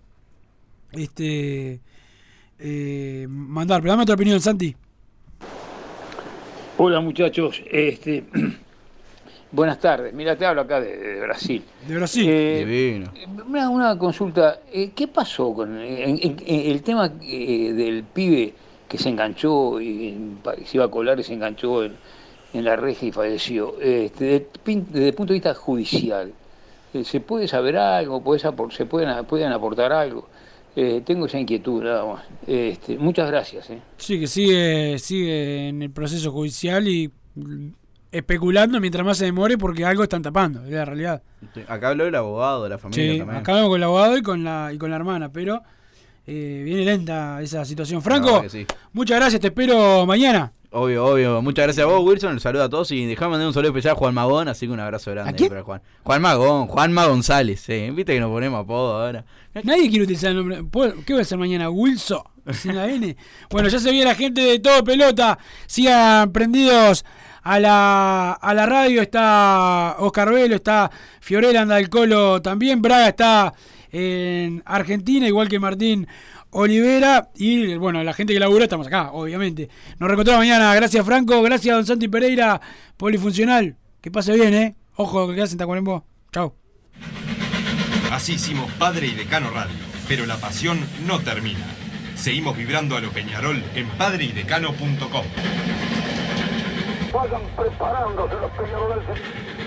F: mandar. Pero dame otra opinión, Santi.
T: Hola, muchachos, buenas tardes. Mira, te hablo acá de Brasil.
F: De Brasil.
G: Divino.
T: Una consulta. ¿Qué pasó con el tema del pibe que se enganchó y se iba a colar y se enganchó en la reja y falleció? Desde el punto de vista judicial, ¿se puede saber algo? ¿Se pueden aportar algo? Tengo esa inquietud, nada más. Muchas gracias.
F: Sí, que sigue en el proceso judicial y especulando mientras más se demore porque algo están tapando, es la realidad.
G: Acá habló el abogado de la familia también.
F: Acá hablamos con el abogado y con la hermana, pero viene lenta esa situación. Franco, muchas gracias, te espero mañana.
G: Obvio. Muchas gracias a vos, Wilson. Un saludo a todos y dejame mandar un saludo especial a Juan Magón, así que un abrazo grande para Juan. Juanma González, viste que nos ponemos apodo ahora.
F: Nadie quiere utilizar el nombre. ¿Qué voy a hacer mañana? Wilson, sin la N. Bueno, ya se viene la gente de Todo Pelota. Sigan prendidos a la radio. Está Oscar Velo, está Fiorella, anda el Colo también. Braga está en Argentina, igual que Martín Olivera, y la gente que labura estamos acá, obviamente. Nos reencontramos mañana. Gracias, Franco. Gracias, don Santi Pereira, polifuncional. Que pase bien, Ojo que quedas en Tacuarembó. Chau.
E: Así hicimos Padre y Decano Radio, pero la pasión no termina. Seguimos vibrando a lo Peñarol en padreydecano.com.
A: Vayan preparándose los peñarolenses.